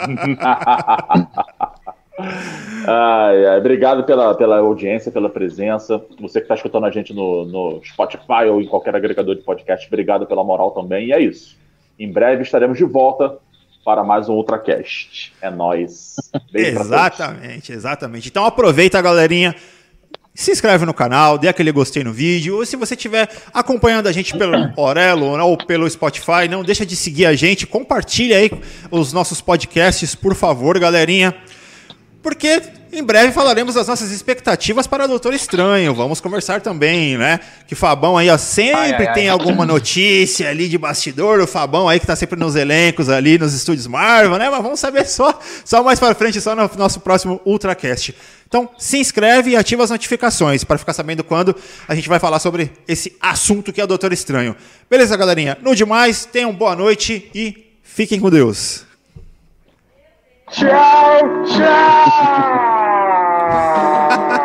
Obrigado pela audiência, pela presença. Você que está escutando a gente no Spotify ou em qualquer agregador de podcast, obrigado pela moral também. E é isso. Em breve estaremos de volta para mais um Ultracast. É nóis. Beijo. Exatamente. Então aproveita, galerinha. Se inscreve no canal, dê aquele gostei no vídeo, ou se você estiver acompanhando a gente pelo Orelo ou pelo Spotify, não deixa de seguir a gente, compartilha aí os nossos podcasts, por favor, galerinha, porque em breve falaremos das nossas expectativas para Doutor Estranho, vamos conversar também, né, que o Fabão aí, ó, sempre tem alguma notícia ali de bastidor, o Fabão aí que tá sempre nos elencos ali, nos estúdios Marvel, né, mas vamos saber só mais para frente, só no nosso próximo Ultracast. Então, se inscreve e ativa as notificações para ficar sabendo quando a gente vai falar sobre esse assunto que é o Doutor Estranho. Beleza, galerinha? No demais, tenham boa noite e fiquem com Deus. Tchau, tchau!